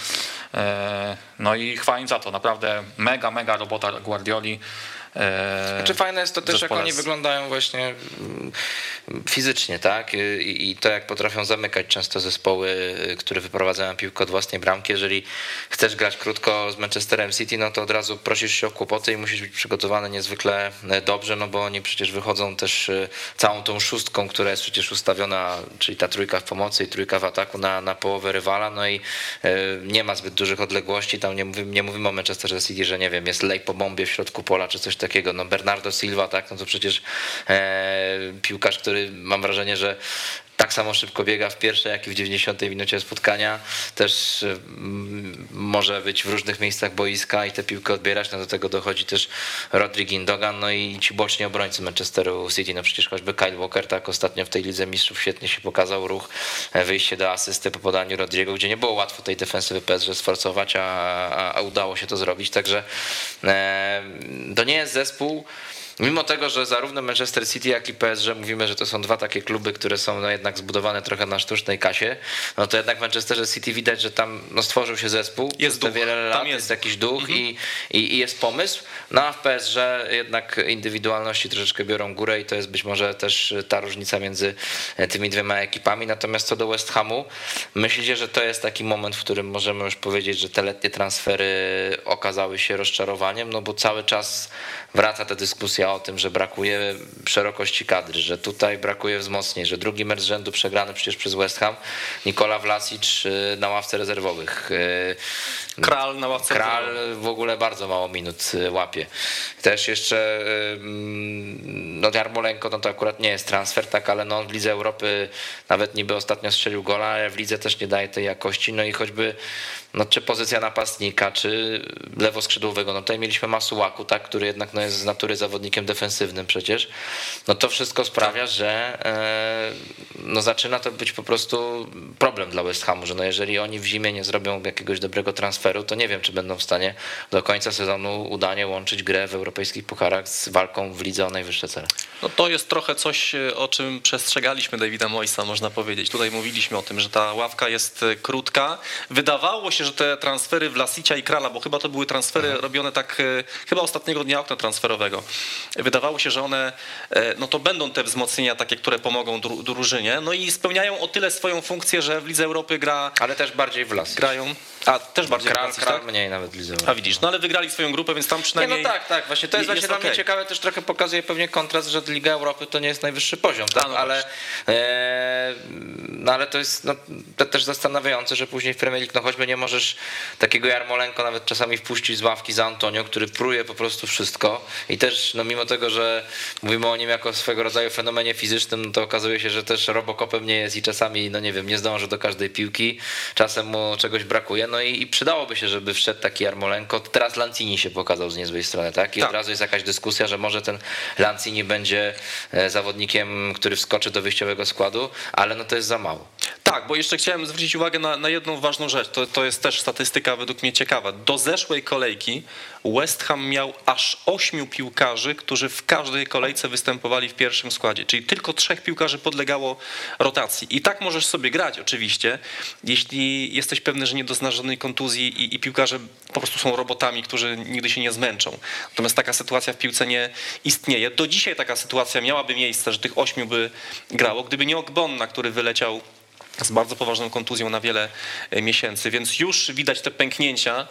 No i chwała im za to. Naprawdę mega robota Guardioli. Znaczy fajne jest to też, jak oni wyglądają właśnie fizycznie, tak? I to, jak potrafią zamykać często zespoły, które wyprowadzają piłkę od własnej bramki. Jeżeli chcesz grać krótko z Manchesterem City, no to od razu prosisz się o kłopoty i musisz być przygotowany niezwykle dobrze, no bo oni przecież wychodzą też całą tą szóstką, która jest przecież ustawiona, czyli ta trójka w pomocy i trójka w ataku na połowę rywala, no i nie ma zbyt dużych odległości. Tam nie mówimy o Manchesterze City, że nie wiem, jest lej po bombie w środku pola czy coś takiego. No Bernardo Silva, tak, no to przecież piłkarz, który mam wrażenie, że tak samo szybko biega w pierwszej, jak i w 90 minucie spotkania. Też może być w różnych miejscach boiska i tę piłkę odbierać. No do tego dochodzi też Rodri, Gundogan, no i ci boczni obrońcy Manchesteru City. No przecież choćby Kyle Walker, tak ostatnio w tej Lidze Mistrzów świetnie się pokazał ruch, wyjście do asysty po podaniu Rodrigo, gdzie nie było łatwo tej defensywy PSG sforcować, a udało się to zrobić. Także to nie jest zespół, mimo tego, że zarówno Manchester City, jak i PSG mówimy, że to są dwa takie kluby, które są no jednak zbudowane trochę na sztucznej kasie, no to jednak w Manchesterze City widać, że tam no stworzył się zespół, jest duch, wiele lat, tam jest jakiś duch i jest pomysł, no a w PSG jednak indywidualności troszeczkę biorą górę i to jest być może też ta różnica między tymi dwiema ekipami. Natomiast co do West Hamu, myślicie, że to jest taki moment, w którym możemy już powiedzieć, że te letnie transfery okazały się rozczarowaniem, no bo cały czas wraca ta dyskusja o tym, że brakuje szerokości kadry, że tutaj brakuje wzmocnień, że drugi mecz z rzędu przegrany przecież przez West Ham, Nikola Vlasic na ławce rezerwowych. Kral na ławce Kral rezerwowych. w ogóle bardzo mało minut łapie. Też jeszcze no Jarmolenko, no to akurat nie jest transfer, tak, ale no w Lidze Europy nawet niby ostatnio strzelił gola, ale w lidze też nie daje tej jakości, no i choćby no czy pozycja napastnika, czy lewoskrzydłowego, no tutaj mieliśmy Masuaku, tak, który jednak no jest z natury zawodnikiem defensywnym przecież, no to wszystko sprawia, że no zaczyna to być po prostu problem dla West Hamu, że no jeżeli oni w zimie nie zrobią jakiegoś dobrego transferu, to nie wiem, czy będą w stanie do końca sezonu udanie łączyć grę w europejskich pucharach z walką w lidze o najwyższe cele. No to jest trochę coś, o czym przestrzegaliśmy Davida Moyesa, można powiedzieć. Tutaj mówiliśmy o tym, że ta ławka jest krótka. Wydawało się, że te transfery Vlasicia i Krala, bo chyba to były transfery robione tak, chyba ostatniego dnia okna transferowego. Wydawało się, że one, no to będą te wzmocnienia takie, które pomogą drużynie, no i spełniają o tyle swoją funkcję, że w Lidze Europy Ale też bardziej Vlasic. grają, a też bardziej Kral Vlasic, tak? mniej nawet w Lidze Europy. A widzisz, no ale wygrali swoją grupę, więc tam Nie, przynajmniej... no tak, właśnie to jest właśnie dla mnie okej. ciekawe, też trochę pokazuje pewnie kontrast, że Liga Europy to nie jest najwyższy poziom, tak? no ale to jest no, to też zastanawiające, że później w Premier League no choćby nie możesz takiego Jarmolenko nawet czasami wpuścić z ławki za Antonio, który pruje po prostu wszystko i też no mimo tego, że mówimy o nim jako swego rodzaju fenomenie fizycznym, no to okazuje się, że też Robocopem nie jest i czasami no nie wiem, nie zdąży do każdej piłki, czasem mu czegoś brakuje, no i przydałoby się, żeby wszedł taki Jarmolenko. Teraz Lanzini się pokazał z niezłej strony, tak? I Tak. od razu jest jakaś dyskusja, że może ten Lanzini będzie zawodnikiem, który wskoczy do wyjściowego składu, ale no to jest za mało. Tak, bo jeszcze chciałem zwrócić uwagę na jedną ważną rzecz. To jest też statystyka według mnie ciekawa. Do zeszłej kolejki West Ham miał aż 8 piłkarzy, którzy w każdej kolejce występowali w pierwszym składzie, czyli tylko 3 piłkarzy podlegało rotacji. I tak możesz sobie grać oczywiście, jeśli jesteś pewny, że nie doznasz żadnej kontuzji i piłkarze po prostu są robotami, którzy nigdy się nie zmęczą. Natomiast taka sytuacja w piłce nie istnieje. Do dzisiaj taka sytuacja miałaby miejsce, że tych 8 by grało, gdyby nie Ogbonna, który wyleciał z bardzo poważną kontuzją na wiele miesięcy, więc już widać te pęknięcia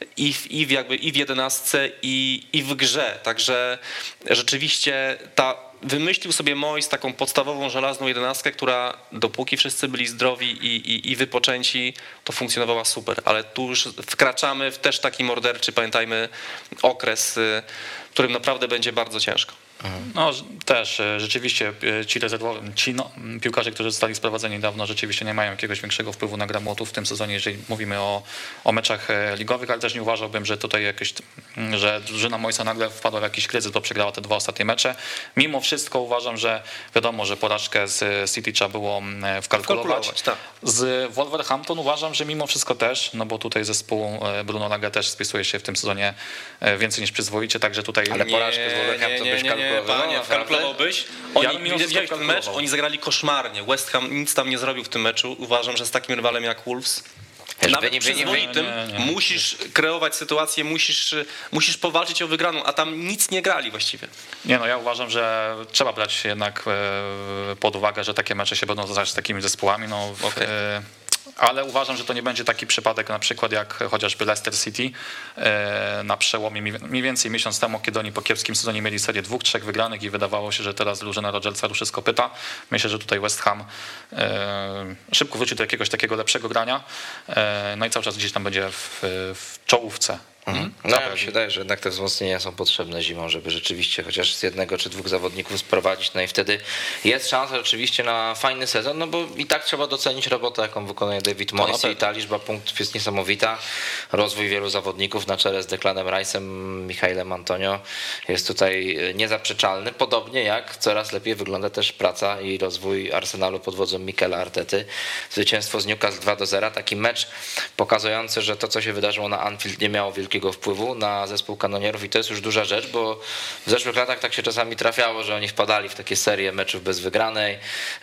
i w 11 i w grze. Także rzeczywiście wymyślił sobie Moyes taką podstawową żelazną 11, która dopóki wszyscy byli zdrowi i wypoczęci, to funkcjonowała super, ale tu już wkraczamy w też taki morderczy, pamiętajmy, okres, w którym naprawdę będzie bardzo ciężko. No też rzeczywiście ci piłkarze, którzy zostali sprowadzeni niedawno, rzeczywiście nie mają jakiegoś większego wpływu na grę młotów w tym sezonie, jeżeli mówimy o meczach ligowych, ale też nie uważałbym, że tutaj że drużyna Moyesa nagle wpadła w jakiś kryzys, bo przegrała te 2 ostatnie mecze. Mimo wszystko uważam, że wiadomo, że porażkę z City trzeba było wkalkulować. Tak. Z Wolverhampton uważam, że mimo wszystko też, no bo tutaj zespół Bruno Lage też spisuje się w tym sezonie więcej niż przyzwoicie, także tutaj... Ale porażkę z Wolverhampton byś kalkulował. Panie, wkalkulowałbyś. Widziałeś ten mecz, kalkulował. oni zagrali koszmarnie. West Ham nic tam nie zrobił w tym meczu. Uważam, że z takim rywalem jak Wolves, nawet przyzwoitym, musisz kreować sytuację, musisz powalczyć o wygraną, a tam nic nie grali właściwie. Nie, no ja uważam, że trzeba brać jednak pod uwagę, że takie mecze się będą zdarzać z takimi zespołami. No, Okay. Ale uważam, że to nie będzie taki przypadek na przykład jak chociażby Leicester City na przełomie mniej więcej miesiąc temu, kiedy oni po kiepskim sezonie mieli serię 2-3 wygranych i wydawało się, że teraz drużyna Rodgersa ruszy z kopyta. Myślę, że tutaj West Ham szybko wróci do jakiegoś takiego lepszego grania, no i cały czas gdzieś tam będzie w czołówce No mi się wydaje, że jednak te wzmocnienia są potrzebne zimą, żeby rzeczywiście chociaż z jednego czy dwóch zawodników sprowadzić, no i wtedy jest szansa rzeczywiście na fajny sezon, no bo i tak trzeba docenić robotę, jaką wykonuje David Moyes i ta liczba punktów jest niesamowita. Rozwój wielu zawodników na czele z Declanem Rice'em, Michailem Antonio jest tutaj niezaprzeczalny, podobnie jak coraz lepiej wygląda też praca i rozwój Arsenalu pod wodzą Mikela Artety. Zwycięstwo z Newcastle 2-0, taki mecz pokazujący, że to, co się wydarzyło na Anfield, nie miało wielkiego wpływu na zespół kanonierów i to jest już duża rzecz, bo w zeszłych latach tak się czasami trafiało, że oni wpadali w takie serie meczów bez wygranej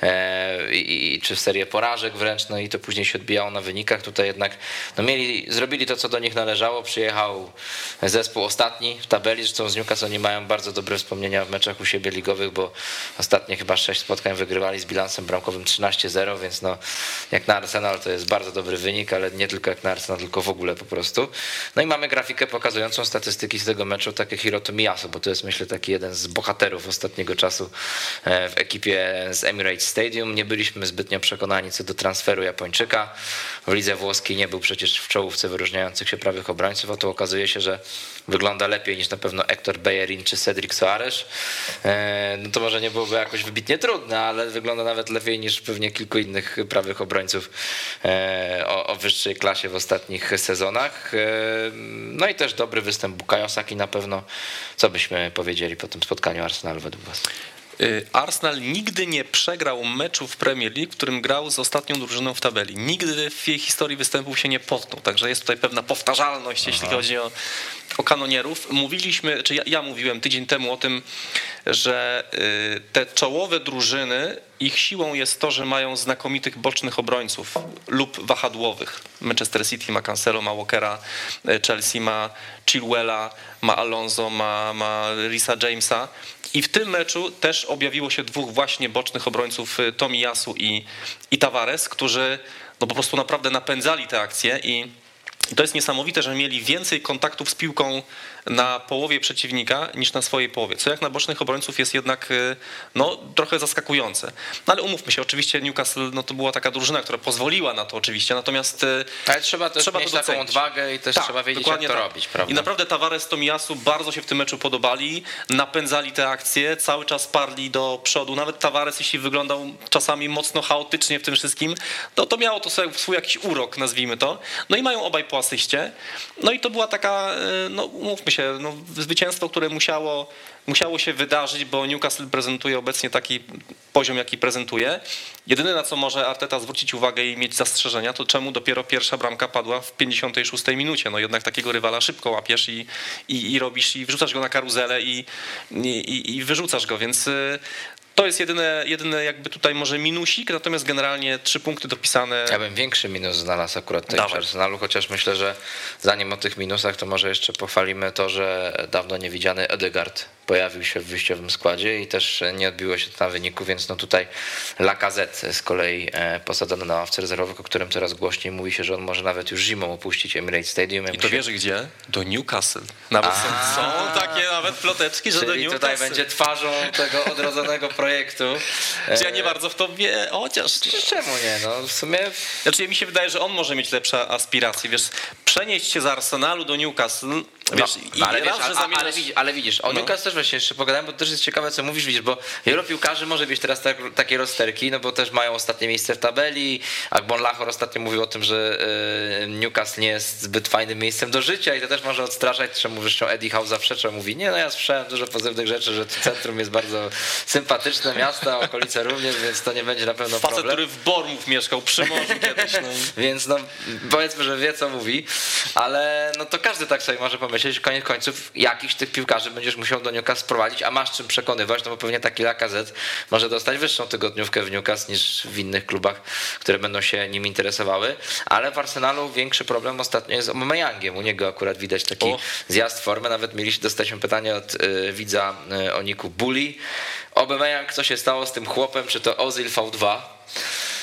czy w serię porażek wręcz, no i to później się odbijało na wynikach. Tutaj jednak zrobili to, co do nich należało. Przyjechał zespół ostatni w tabeli, zresztą z Newcastle oni mają bardzo dobre wspomnienia w meczach u siebie ligowych, bo ostatnie chyba 6 spotkań wygrywali z bilansem bramkowym 13-0, więc no jak na Arsenal to jest bardzo dobry wynik, ale nie tylko jak na Arsenal, tylko w ogóle po prostu. No i mamy grafikę pokazującą statystyki z tego meczu, takie Hiro Tomiyasu, bo to jest myślę taki jeden z bohaterów ostatniego czasu w ekipie z Emirates Stadium. Nie byliśmy zbytnio przekonani co do transferu Japończyka. W lidze włoskiej nie był przecież w czołówce wyróżniających się prawych obrońców, a tu okazuje się, że wygląda lepiej niż na pewno Hector Bellerin czy Cedric Soares. No to może nie byłoby jakoś wybitnie trudne, ale wygląda nawet lepiej niż pewnie kilku innych prawych obrońców o wyższej klasie w ostatnich sezonach. No i też dobry występ Bukayo Saki na pewno. Co byśmy powiedzieli po tym spotkaniu Arsenalu według was? Arsenal nigdy nie przegrał meczu w Premier League, w którym grał z ostatnią drużyną w tabeli. Nigdy w jej historii występów się nie potknął, także jest tutaj pewna powtarzalność, jeśli chodzi o kanonierów. Mówiliśmy, czy ja mówiłem tydzień temu o tym, że te czołowe drużyny, ich siłą jest to, że mają znakomitych bocznych obrońców lub wahadłowych. Manchester City ma Cancelo, ma Walkera, Chelsea ma Chilwella, ma Alonso, ma Reesa Jamesa. I w tym meczu też objawiło się dwóch właśnie bocznych obrońców, Tomiyasu i Tavares, którzy no po prostu naprawdę napędzali te akcje i to jest niesamowite, że mieli więcej kontaktów z piłką na połowie przeciwnika niż na swojej połowie, co jak na bocznych obrońców jest jednak no, trochę zaskakujące. No ale umówmy się, oczywiście Newcastle no, to była taka drużyna, która pozwoliła na to oczywiście, natomiast ale trzeba też mieć taką odwagę i też trzeba wiedzieć, jak to robić, prawda? I naprawdę Tavares, Tomiyasu bardzo się w tym meczu podobali, napędzali te akcje, cały czas parli do przodu, nawet Tavares, jeśli wyglądał czasami mocno chaotycznie w tym wszystkim, to miało to swój jakiś urok, nazwijmy to. No i mają obaj po asyście. No i to była taka, no umówmy się, no, zwycięstwo, które musiało się wydarzyć, bo Newcastle prezentuje obecnie taki poziom, jaki prezentuje. Jedyne, na co może Arteta zwrócić uwagę i mieć zastrzeżenia, to czemu dopiero pierwsza bramka padła w 56 minucie. No jednak takiego rywala szybko łapiesz i robisz, i wrzucasz go na karuzelę i wyrzucasz go, więc to jest jedyne jakby tutaj może minusik, natomiast generalnie 3 punkty dopisane. Ja bym większy minus znalazł akurat tutaj w Arsenalu, chociaż myślę, że zanim o tych minusach, to może jeszcze pochwalimy to, że dawno niewidziany Ødegaard pojawił się w wyjściowym składzie i też nie odbiło się to na wyniku, więc no tutaj Lacazette z kolei posadzony na ławce rezerwowych, o którym coraz głośniej mówi się, że on może nawet już zimą opuścić Emirates Stadium. I to wiesz gdzie? Do Newcastle. Nawet są takie nawet ploteczki, że do Newcastle. Tutaj będzie twarzą tego odrodzonego projektu. Ja nie bardzo w to wie, chociaż czemu nie? No w sumie. Znaczy mi się wydaje, że on może mieć lepsze aspiracje, wiesz, przenieść się z Arsenalu do Newcastle, wiesz, ale widzisz, o Newcastle też właśnie jeszcze pogadałem, bo to też jest ciekawe, co mówisz, widzisz, bo wielu piłkarzy może mieć teraz takie rozterki, no bo też mają ostatnie miejsce w tabeli, a Bon Lachor ostatnio mówił o tym, że Newcastle nie jest zbyt fajnym miejscem do życia i to też może odstraszać, czemu zresztą Eddie Howe zawsze mówi, nie no ja słyszałem dużo pozytywnych rzeczy, że centrum jest bardzo sympatyczne miasto, okolice również, więc to nie będzie na pewno facet, problem. który w Bournemouth mieszkał przy morzu kiedyś. No. Więc no powiedzmy, że wie co mówi, ale no to każdy tak sobie może pomyśleć, koniec końców jakichś tych piłkarzy będziesz musiał do Newcastle sprowadzić, a masz czym przekonywać, no bo pewnie taki Lacazette może dostać wyższą tygodniówkę w Newcastle niż w innych klubach, które będą się nim interesowały, ale w Arsenalu większy problem ostatnio jest z Aubameyangiem, u niego akurat widać taki zjazd formy, nawet dostaliśmy pytanie od widza o niku Bully. Aubameyang, co się stało z tym chłopem, czy to Ozil V2?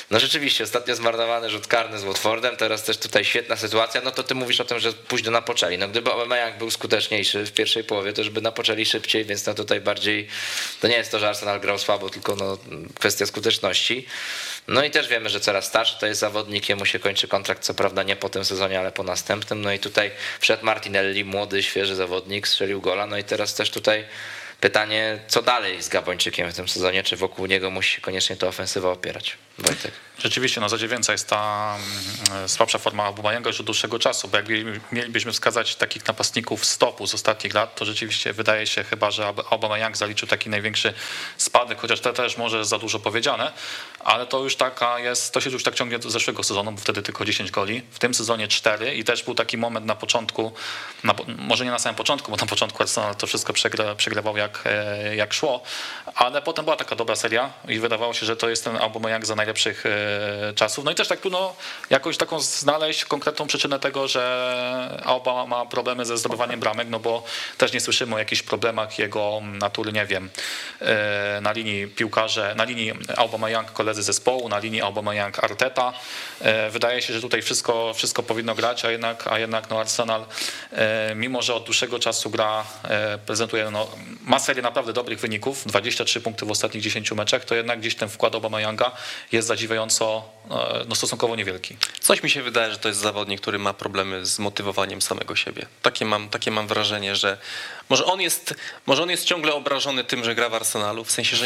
No rzeczywiście, ostatnio zmarnowany rzut karny z Watfordem, teraz też tutaj świetna sytuacja, no to ty mówisz o tym, że późno napoczęli. No gdyby Aubameyang był skuteczniejszy w pierwszej połowie, to już by napoczęli szybciej, więc no tutaj bardziej, to nie jest to, że Arsenal grał słabo, tylko no kwestia skuteczności. No i też wiemy, że coraz starszy to jest zawodnik, jemu się kończy kontrakt, co prawda nie po tym sezonie, ale po następnym. No i tutaj wszedł Martinelli, młody, świeży zawodnik, strzelił gola, no i teraz też tutaj pytanie, co dalej z Gabończykiem w tym sezonie, czy wokół niego musi się koniecznie ta ofensywa opierać? Wojtek. Rzeczywiście, na Zadziewieńca jest ta słabsza forma Aubameyanga już od dłuższego czasu, bo jak mielibyśmy wskazać takich napastników stopu z ostatnich lat, to rzeczywiście wydaje się chyba, że Aubameyang zaliczył taki największy spadek, chociaż to też może jest za dużo powiedziane, ale to już taka jest, to się już tak ciągnie do zeszłego sezonu, bo wtedy tylko 10 goli, w tym sezonie 4 i też był taki moment na początku, może nie na samym początku, bo na początku Arsenal to wszystko przegrywał jak szło, ale potem była taka dobra seria i wydawało się, że to jest ten Aubameyang za najlepszych czasów. No i też tak trudno jakoś taką znaleźć konkretną przyczynę tego, że Auba ma problemy ze zdobywaniem bramek, no bo też nie słyszymy o jakichś problemach jego natury, nie wiem, na linii piłkarze, na linii Aubameyang koledzy zespołu, na linii Aubameyang Arteta. Wydaje się, że tutaj wszystko powinno grać, a jednak no Arsenal, mimo że od dłuższego czasu gra, prezentuje, no, ma serię naprawdę dobrych wyników, 23 punkty w ostatnich 10 meczach, to jednak gdzieś ten wkład Aubameyanga jest zadziwiająco no, stosunkowo niewielki. Coś mi się wydaje, że to jest zawodnik, który ma problemy z motywowaniem samego siebie. Takie mam wrażenie, że może on jest ciągle obrażony tym, że gra w Arsenalu, w sensie,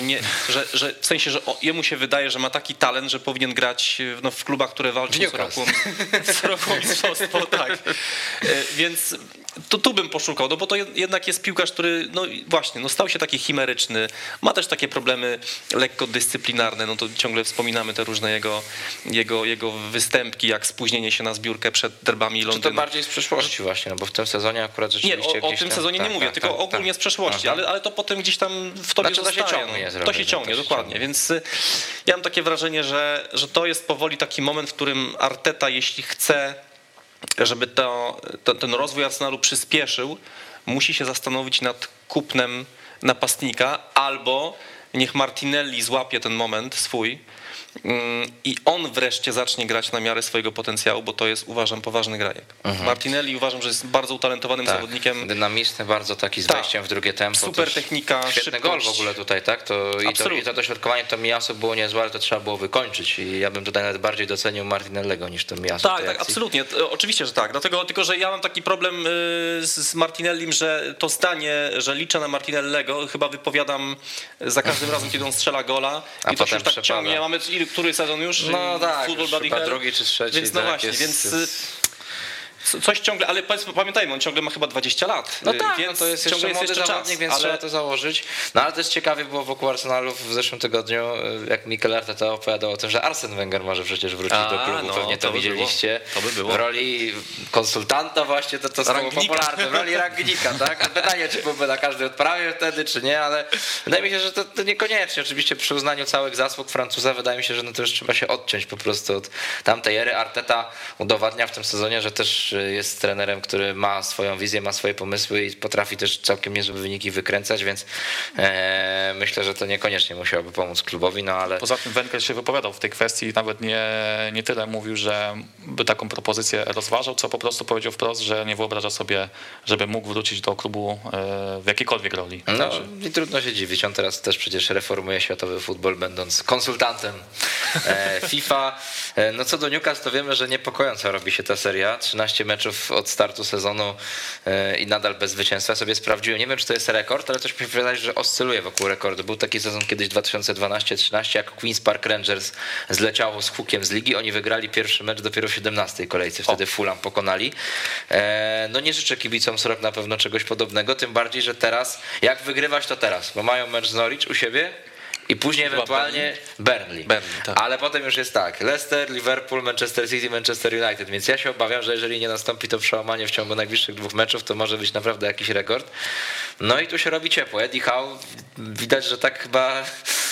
że jemu się wydaje, że ma taki talent, że powinien grać w klubach, które walczą z roku mistrzostwo, tak. Więc tu bym poszukał, no bo to jednak jest piłkarz, który no właśnie, no stał się taki chimeryczny, ma też takie problemy lekko dyscyplinarne, no to ciągle wspominamy te różne jego występki, jak spóźnienie się na zbiórkę przed derbami Londynu. Czy to bardziej z przeszłości właśnie, no bo w tym sezonie akurat rzeczywiście... Nie, o tym sezonie nie mówię, tylko ogólnie z przeszłości, ale to potem gdzieś tam w tobie zostaje. To się ciągnie, dokładnie, więc ja mam takie wrażenie, że to jest powoli taki moment, w którym Arteta, jeśli chce, żeby ten rozwój Arsenalu przyspieszył, musi się zastanowić nad kupnem napastnika, albo niech Martinelli złapie ten moment swój i on wreszcie zacznie grać na miarę swojego potencjału, bo to jest, uważam, poważny grajek. Martinelli uważam, że jest bardzo utalentowanym zawodnikiem. Dynamiczny, bardzo taki z wejściem w drugie tempo. Super technika, świetny szybkość. gol w ogóle tutaj, tak? I to dośrodkowanie to Miasu było niezłe, ale to trzeba było wykończyć i ja bym tutaj nawet bardziej docenił Martinellego niż to Miasu. Tak, absolutnie. Oczywiście, że tak. Dlatego tylko, że ja mam taki problem z Martinellim, że to zdanie, że liczę na Martinellego, chyba wypowiadam za każdym razem, kiedy on strzela gola i to się już tak ciągnie. Mamy który sezon już? No tak, Football drugi czy trzeci. Więc no właśnie, więc coś ciągle, ale pamiętajmy, on ciągle ma chyba 20 lat. No tak, więc no to jest jeszcze młody zawodnik, więc trzeba to założyć. No ale też ciekawie było wokół Arsenalu w zeszłym tygodniu, jak Mikel Arteta opowiadał o tym, że Arsene Wenger może przecież wrócić do klubu, pewnie to widzieliście. To by było. W roli konsultanta właśnie, to słowo popularne, w roli rangnika, tak? Pytanie, czy byłby na każdej odprawie wtedy, czy nie, ale wydaje mi się, że to niekoniecznie. Oczywiście przy uznaniu całych zasług Francuza wydaje mi się, że no to już trzeba się odciąć po prostu od tamtej ery. Arteta udowadnia w tym sezonie, że też jest trenerem, który ma swoją wizję, ma swoje pomysły i potrafi też całkiem niezłe wyniki wykręcać, więc myślę, że to niekoniecznie musiałoby pomóc klubowi, no ale... Poza tym Wenger się wypowiadał w tej kwestii i nawet nie tyle mówił, że by taką propozycję rozważał, co po prostu powiedział wprost, że nie wyobraża sobie, żeby mógł wrócić do klubu w jakiejkolwiek roli. No i trudno się dziwić, on teraz też przecież reformuje światowy futbol, będąc konsultantem FIFA. No co do Newcastle, to wiemy, że niepokojąco robi się ta seria, 13 meczów od startu sezonu i nadal bez zwycięstwa. Sobie sprawdziłem, nie wiem, czy to jest rekord, ale coś mi się wydaje, że oscyluje wokół rekordu. Był taki sezon kiedyś 2012-13, jak Queen's Park Rangers zleciało z hukiem z ligi, oni wygrali pierwszy mecz dopiero w 17 kolejce, wtedy Fulham pokonali. No nie życzę kibicom Srok na pewno czegoś podobnego, tym bardziej, że teraz, jak wygrywać, to teraz, bo mają mecz z Norwich u siebie i później ewentualnie Burnley. Tak. Ale potem już jest tak, Leicester, Liverpool, Manchester City, Manchester United, więc ja się obawiam, że jeżeli nie nastąpi to przełamanie w ciągu najbliższych 2 meczów, to może być naprawdę jakiś rekord. No i tu się robi ciepło. Eddie Howe widać, że tak chyba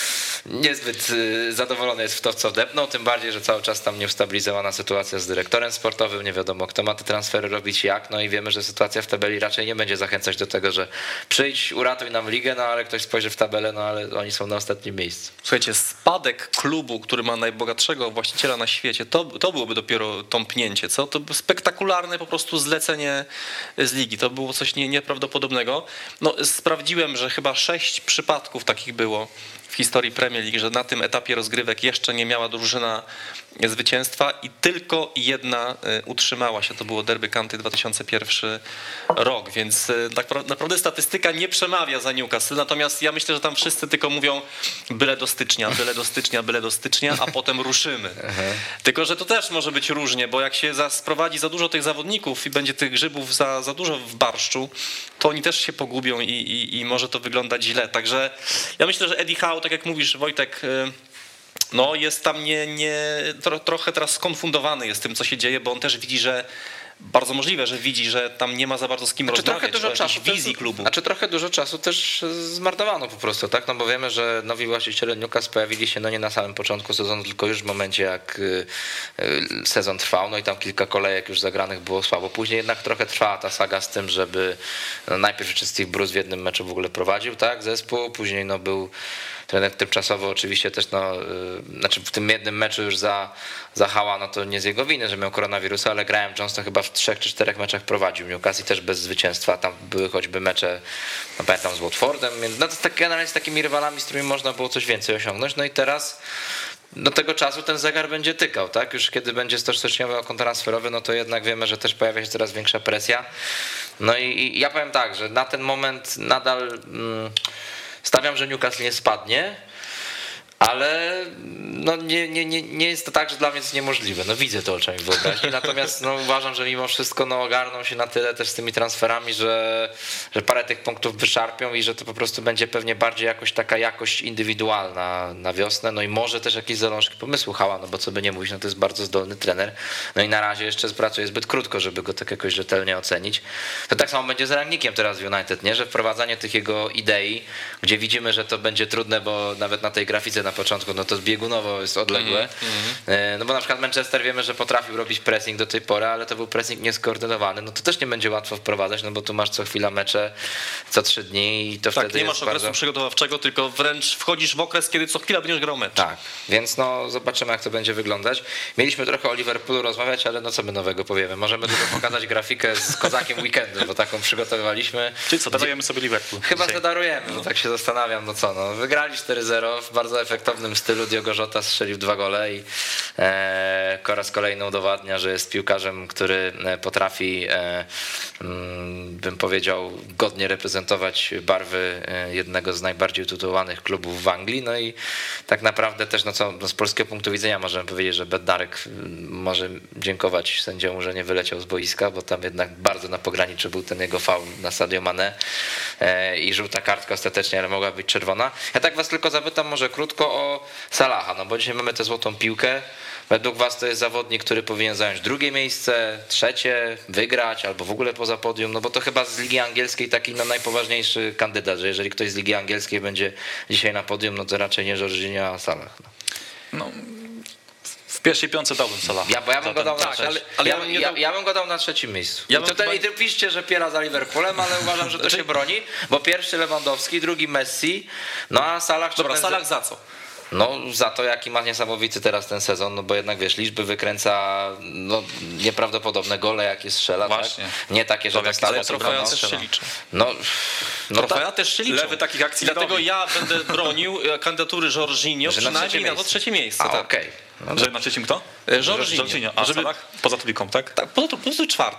niezbyt zadowolony jest w to, co wdepnął, tym bardziej, że cały czas tam nieustabilizowana sytuacja z dyrektorem sportowym, nie wiadomo kto ma te transfery robić jak, no i wiemy, że sytuacja w tabeli raczej nie będzie zachęcać do tego, że przyjdź, uratuj nam ligę, no ale ktoś spojrzy w tabelę, no ale oni są na ostatnim miejscu. Słuchajcie, spadek klubu, który ma najbogatszego właściciela na świecie, to byłoby dopiero tąpnięcie, co? To spektakularne po prostu zlecenie z ligi, to było coś nieprawdopodobnego. No, sprawdziłem, że chyba 6 przypadków takich było w historii Premier League, że na tym etapie rozgrywek jeszcze nie miała drużyna zwycięstwa i tylko jedna utrzymała się, to było Derby County 2001 rok, więc naprawdę statystyka nie przemawia za Newcastle, natomiast ja myślę, że tam wszyscy tylko mówią byle do stycznia, byle do stycznia, a potem ruszymy. Tylko, że to też może być różnie, bo jak się sprowadzi za dużo tych zawodników i będzie tych grzybów za dużo w barszczu, to oni też się pogubią i może to wyglądać źle, także ja myślę, że Eddie Howe, tak jak mówisz, Wojtek, no jest tam trochę teraz skonfundowany jest tym, co się dzieje, bo on też widzi, że bardzo możliwe, że widzi, że tam nie ma za bardzo z kim rozmawiać, trochę dużo czasu wizji klubu. Trochę dużo czasu też zmarnowano po prostu, tak? No bo wiemy, że nowi właściciele Newcastle pojawili się no nie na samym początku sezonu, tylko już w momencie jak sezon trwał, no i tam kilka kolejek już zagranych było słabo. Później jednak trochę trwała ta saga z tym, żeby najpierw Steve Bruce w jednym meczu w ogóle prowadził, tak? Zespół, później no był trener tymczasowo oczywiście też, znaczy w tym jednym meczu już za Howe'a, no to nie z jego winy, że miał koronawirusa, ale Graham Johnston chyba w 3 czy 4 meczach prowadził Newcastle też bez zwycięstwa, tam były choćby mecze, no pamiętam z Watfordem, więc no to tak generalnie z takimi rywalami, z którymi można było coś więcej osiągnąć, no i teraz do tego czasu ten zegar będzie tykał, tak? Już kiedy będzie 100-styczniowy okon transferowy, no to jednak wiemy, że też pojawia się coraz większa presja. No i ja powiem tak, że na ten moment nadal stawiam, że Newcastle nie spadnie, ale no nie jest to tak, że dla mnie jest niemożliwe. No widzę to oczami wyobraźni, natomiast no uważam, że mimo wszystko no ogarną się na tyle też z tymi transferami, że parę tych punktów wyszarpią i że to po prostu będzie pewnie bardziej jakoś taka jakość indywidualna na wiosnę, no i może też jakieś zalążki pomysłu Howe'a, no bo co by nie mówić, no to jest bardzo zdolny trener, no i na razie jeszcze pracuje zbyt krótko, żeby go tak jakoś rzetelnie ocenić. To tak samo będzie z Rangnickiem teraz w United, nie? Że wprowadzanie tych jego idei, gdzie widzimy, że to będzie trudne, bo nawet na tej grafice na początku, no to biegunowo jest odległe. No bo na przykład Manchester wiemy, że potrafił robić pressing do tej pory, ale to był pressing nieskoordynowany. No to też nie będzie łatwo wprowadzać, no bo tu masz co chwila mecze, co 3 dni i to tak, wtedy nie masz okresu przygotowawczego, tylko wręcz wchodzisz w okres, kiedy co chwila będziesz grał mecz. Tak, więc no zobaczymy, jak to będzie wyglądać. Mieliśmy trochę o Liverpoolu rozmawiać, ale no co my nowego powiemy. Możemy tylko pokazać grafikę z kozakiem weekendu, bo taką przygotowywaliśmy. Czyli co, darujemy sobie Liverpool? Chyba zadarujemy, bo tak się zastanawiam, no co, no wygrali 4-0 w bardzo efektownym stylu. Diogo Jota strzelił 2 gole i po raz kolejny udowadnia, że jest piłkarzem, który potrafi, bym powiedział, godnie reprezentować barwy jednego z najbardziej utytułowanych klubów w Anglii. No i tak naprawdę też z polskiego punktu widzenia możemy powiedzieć, że Bednarek może dziękować sędziemu, że nie wyleciał z boiska, bo tam jednak bardzo na pograniczu był ten jego faul na Sadio Mané i żółta kartka ostatecznie, ale mogła być czerwona. Ja tak was tylko zapytam może krótko o Salaha, no bo dzisiaj mamy tę złotą piłkę. Według was to jest zawodnik, który powinien zająć 2. miejsce, 3, wygrać albo w ogóle poza podium, no bo to chyba z Ligi Angielskiej taki no najpoważniejszy kandydat, że jeżeli ktoś z Ligi Angielskiej będzie dzisiaj na podium, no to raczej nie Jorginho, a Salah. No. W pierwszej 5 dałbym Salaha. Ja bym go dał na trzecim. Ja bym go dał na 3. miejscu. I ty piszcie, że piera za Liverpoolem, ale uważam, że to się broni, bo pierwszy Lewandowski, drugi Messi, no a Salah... Dobra, Salah za co? No za to, jaki ma niesamowity teraz ten sezon, no bo jednak wiesz, liczby wykręca no, nieprawdopodobne gole, jakie strzela, tak? Nie takie, że ale trofea też się liczy. No trofea też się liczy. Lewy takich akcji dlatego ja będę bronił kandydatury Jorginho przynajmniej na to 3. miejsce. Tak. Okej. No że na 3. kto? Jorginho. A Salah? Poza trójką, tak? Tak, po prostu 4.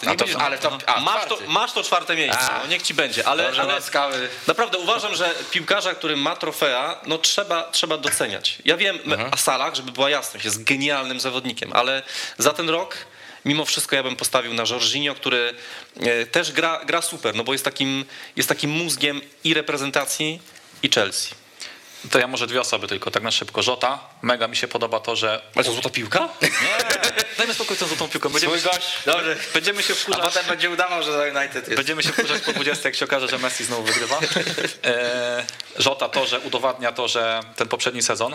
Masz to 4. miejsce, no, niech ci będzie. Ale naprawdę uważam, że piłkarza, który ma trofea, no trzeba doceniać. Ja wiem, a Salah, żeby była jasność, jest genialnym zawodnikiem, ale za ten rok mimo wszystko ja bym postawił na Jorginho, który też gra super, no bo jest takim mózgiem i reprezentacji, i Chelsea. To ja może 2 osoby tylko, tak na szybko. Jota, mega mi się podoba to, że... Ale to złota piłka? Nie, dajmy spokój z tą złotą piłką. Będziemy się wkurzać. A potem będzie udawał, że za United jest. Będziemy się wkurzać po 20, jak się okaże, że Messi znowu wygrywa. Żota to, że udowadnia to, że ten poprzedni sezon,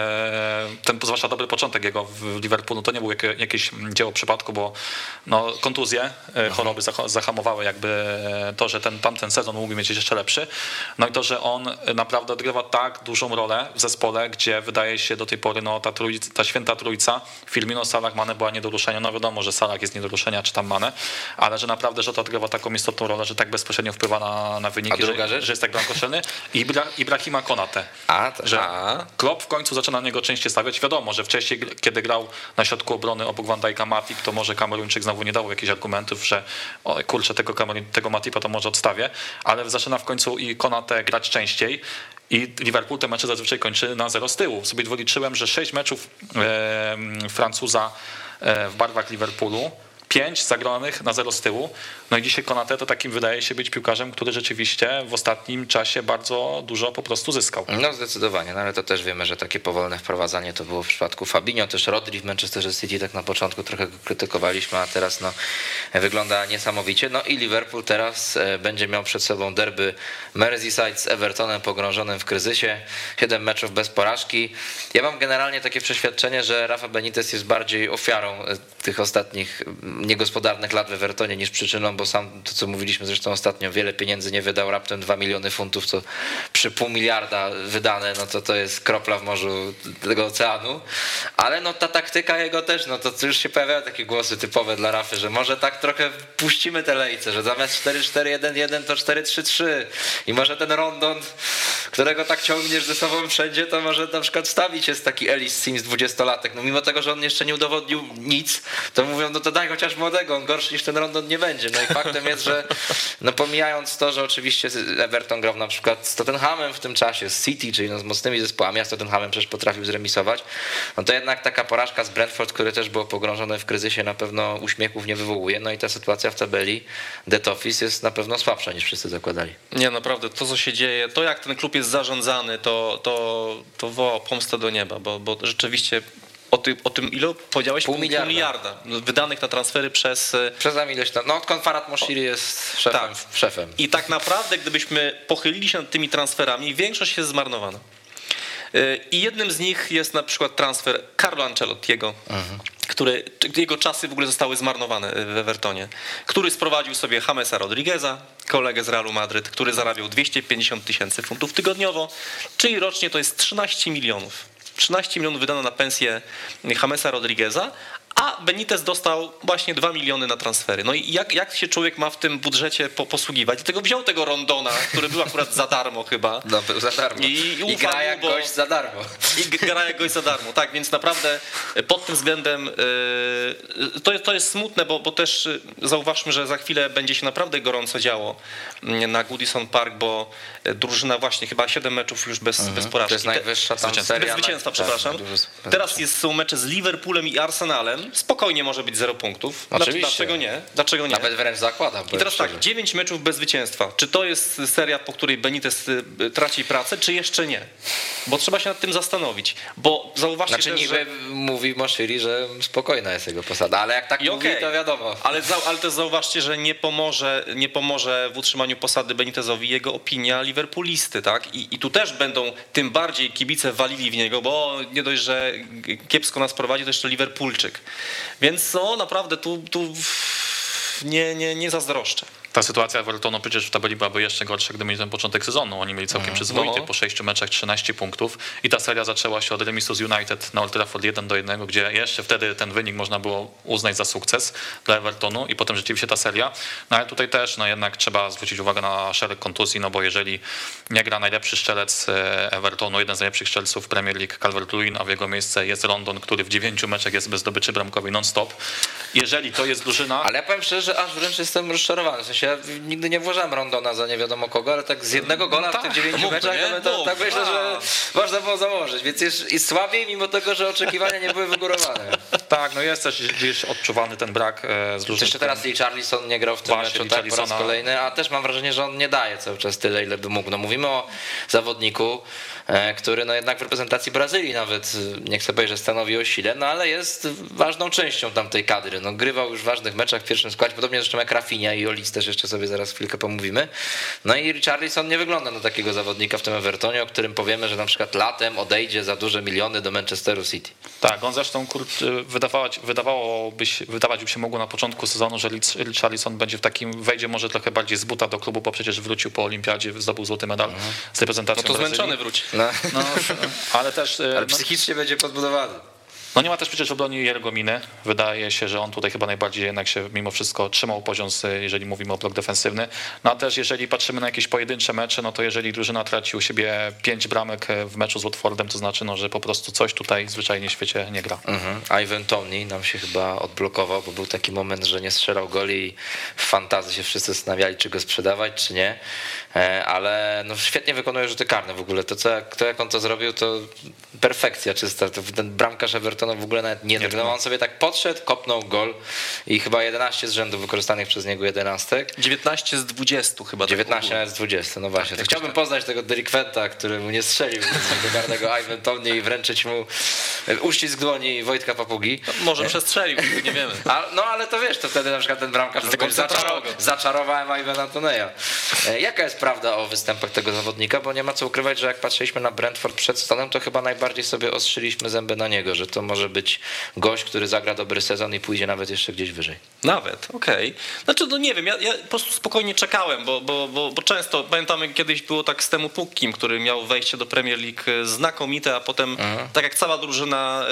ten zwłaszcza dobry początek jego w Liverpoolu, to nie był jakieś dzieło przypadku, bo no, kontuzje, choroby zahamowały jakby to, że tamten sezon mógł mieć jeszcze lepszy. No i to, że on naprawdę odgrywa tak dużą rolę w zespole, gdzie wydaje się do tej pory no, ta święta trójca, Firmino, Salah, Mane była nie do ruszenia. No wiadomo, że Salah jest nie do ruszenia, czy tam Mane, ale że naprawdę Żota odgrywa taką istotną rolę, że tak bezpośrednio wpływa na wyniki, że jest tak bramkostrzelny. I Ibrahima Konate. Klopp w końcu zaczyna na niego częściej stawiać. Wiadomo, że wcześniej, kiedy grał na środku obrony obok Van Dijk'a Matip, to może Kameruńczyk znowu nie dał jakichś argumentów, że kurczę, tego Matipa to może odstawię, ale zaczyna w końcu i Konate grać częściej. I Liverpool te mecze zazwyczaj kończy na 0 z tyłu. Sobie wyliczyłem, że 6 meczów Francuza w barwach Liverpoolu, 5 zagranych na 0 z tyłu. No i dzisiaj Konate to takim wydaje się być piłkarzem, który rzeczywiście w ostatnim czasie bardzo dużo po prostu zyskał. No zdecydowanie, no ale to też wiemy, że takie powolne wprowadzanie to było w przypadku Fabinho, też Rodri w Manchesterze City, tak na początku trochę go krytykowaliśmy, a teraz no wygląda niesamowicie. No i Liverpool teraz będzie miał przed sobą derby Merseyside z Evertonem pogrążonym w kryzysie, 7 meczów bez porażki. Ja mam generalnie takie przeświadczenie, że Rafa Benitez jest bardziej ofiarą tych ostatnich niegospodarnych lat w Evertonie niż przyczyną, bo sam to, co mówiliśmy zresztą ostatnio, wiele pieniędzy nie wydał, raptem 2 miliony funtów, co przy $500 miliarda wydane, no to jest kropla w morzu tego oceanu, ale no ta taktyka jego też, no to już się pojawiają takie głosy typowe dla Rafy, że może tak trochę puścimy te lejce, że zamiast 4-4-1-1 to 4-3-3 i może ten Rondon, którego tak ciągniesz ze sobą wszędzie, to może na przykład stawić jest taki Ellis Sims 20-latek, no mimo tego, że on jeszcze nie udowodnił nic, to mówią, no to daj chociaż młodego, on gorszy niż ten Rondon nie będzie. No i faktem jest, że no pomijając to, że oczywiście Everton grał na przykład z Tottenhamem w tym czasie, z City, czyli no z mocnymi zespołami, a z Tottenhamem przecież potrafił zremisować, no to jednak taka porażka z Brentford, które też było pogrążone w kryzysie, na pewno uśmiechów nie wywołuje. No i ta sytuacja w tabeli Dead Office jest na pewno słabsza niż wszyscy zakładali. Nie, naprawdę, to co się dzieje, to jak ten klub jest zarządzany, to woła pomstę do nieba, bo rzeczywiście o tym ile powiedziałeś? $500 miliarda wydanych na transfery przez ileś tam, no odkąd Farhad Moshiri jest szefem. I tak naprawdę, gdybyśmy pochylili się nad tymi transferami, większość jest zmarnowana. I jednym z nich jest na przykład transfer Carlo Ancelottiego, jego czasy w ogóle zostały zmarnowane w Evertonie, który sprowadził sobie Jamesa Rodrigueza, kolegę z Realu Madryt, który zarabiał 250 000 funtów tygodniowo, czyli rocznie to jest 13 milionów. 13 milionów wydano na pensję Jamesa Rodrigueza, a Benitez dostał właśnie 2 miliony na transfery. No i jak się człowiek ma w tym budżecie posługiwać? Dlatego wziął tego Rondona, który był akurat za darmo chyba. No, był za darmo. I gra jak gość za darmo. I gra jak gość za darmo, tak, więc naprawdę pod tym względem to jest smutne, bo też zauważmy, że za chwilę będzie się naprawdę gorąco działo na Goodison Park, bo drużyna właśnie chyba 7 meczów już bez porażki. To jest najwyższa tam seria. Bez zwycięstwa, przepraszam. Teraz są mecze z Liverpoolem i Arsenalem. Spokojnie może być 0 punktów. Oczywiście. Dlaczego nie? Nawet wręcz zakładam. I teraz tak, 9 meczów bez zwycięstwa. Czy to jest seria, po której Benitez traci pracę, czy jeszcze nie? Bo trzeba się nad tym zastanowić. Bo zauważcie też, niby mówi Moshiri, że spokojna jest jego posada, ale jak tak mówi, to wiadomo. Ale też zauważcie, że nie pomoże w utrzymaniu posady Benitezowi jego opinia liverpoolisty, tak? I tu też będą tym bardziej kibice walili w niego, bo nie dość, że kiepsko nas prowadzi, to jeszcze Liverpoolczyk. Więc naprawdę tu nie zazdroszczę. Ta sytuacja Evertonu przecież w tabeli byłaby jeszcze gorsza, gdyby mieli ten początek sezonu. Oni mieli całkiem przyzwoity, po 6 meczach 13 punktów i ta seria zaczęła się od remisu z United na Old Trafford 1-1, gdzie jeszcze wtedy ten wynik można było uznać za sukces dla Evertonu i potem rzeczywiście ta seria. No ale tutaj też jednak trzeba zwrócić uwagę na szereg kontuzji, no bo jeżeli nie gra najlepszy strzelec Evertonu, jeden z najlepszych strzelców Premier League, Calvert-Lewin, a w jego miejsce jest Rondon, który w 9 meczach jest bez zdobyczy bramkowej non-stop. Jeżeli to jest drużyna... Ale ja powiem szczerze, że aż wręcz jestem rozczarowany. W sensie ja nigdy nie włożyłem Rondona za nie wiadomo kogo, ale tak z jednego gola w tych 9 meczach to tak myślę, że można było założyć. Więc jest słabiej, mimo tego, że oczekiwania nie były wygórowane. Tak, no jest też gdzieś odczuwalny ten brak z różnych... Jeszcze teraz Richarlison nie grał w tym meczu tak, po raz kolejny, a też mam wrażenie, że on nie daje cały czas tyle, ile by mógł. No mówimy o zawodniku, który jednak w reprezentacji Brazylii nawet, nie chcę powiedzieć, że stanowi o sile, no ale jest ważną częścią tamtej kadry. No grywał już w ważnych meczach w pierwszym składzie, podobnie zresztą jak Rafinha i Ollis też jeszcze sobie zaraz chwilkę pomówimy. No i Richarlison nie wygląda na takiego zawodnika w tym Evertonie, o którym powiemy, że na przykład latem odejdzie za duże miliony do Manchesteru City. Tak, on zresztą wydawać by się mogło na początku sezonu, że Richarlison będzie w takim, wejdzie może trochę bardziej z buta do klubu, bo przecież wrócił po olimpiadzie, zdobył złoty medal z reprezentacją No to Brazylii. zmęczony wróci. No, ale też... Ale psychicznie będzie podbudowany. No nie ma też przecież w obronie Jergominy. Wydaje się, że on tutaj chyba najbardziej jednak się mimo wszystko trzymał poziom, jeżeli mówimy o blok defensywny. No a też jeżeli patrzymy na jakieś pojedyncze mecze, no to jeżeli drużyna traci u siebie 5 bramek w meczu z Watfordem, to znaczy, no, że po prostu coś tutaj zwyczajnie w świecie nie gra. Ivan Toney nam się chyba odblokował, bo był taki moment, że nie strzelał goli i w fantazji się wszyscy zastanawiali, czy go sprzedawać, czy nie. Ale no świetnie wykonuje rzuty karne w ogóle. To jak on to zrobił, to perfekcja czysta. Ten bramkarz Evertona w ogóle nawet nie drgnął. On sobie tak podszedł, kopnął gol i chyba 11 z rzędu wykorzystanych przez niego 11. 19 z 20 chyba. 19 nawet z 20, no właśnie. To chciałbym poznać tego delikwenta, który mu nie strzelił z karnego Ivan Toney i wręczyć mu uścisk dłoni Wojtka Papugi. Może przestrzelił, nie wiemy. No ale to wiesz, to wtedy na przykład ten bramkarz zaczarowałem Ivana Toneya. Jaka jest prawda o występach tego zawodnika? Bo nie ma co ukrywać, że jak patrzyliśmy na Brentford przed sezonem, to chyba najbardziej sobie ostrzyliśmy zęby na niego, że to może być gość, który zagra dobry sezon i pójdzie nawet jeszcze gdzieś wyżej. Nawet, okej. Znaczy, no nie wiem, ja po prostu spokojnie czekałem, bo często, pamiętamy kiedyś było tak z Temu Pukkim, który miał wejście do Premier League znakomite, a potem tak jak cała drużyna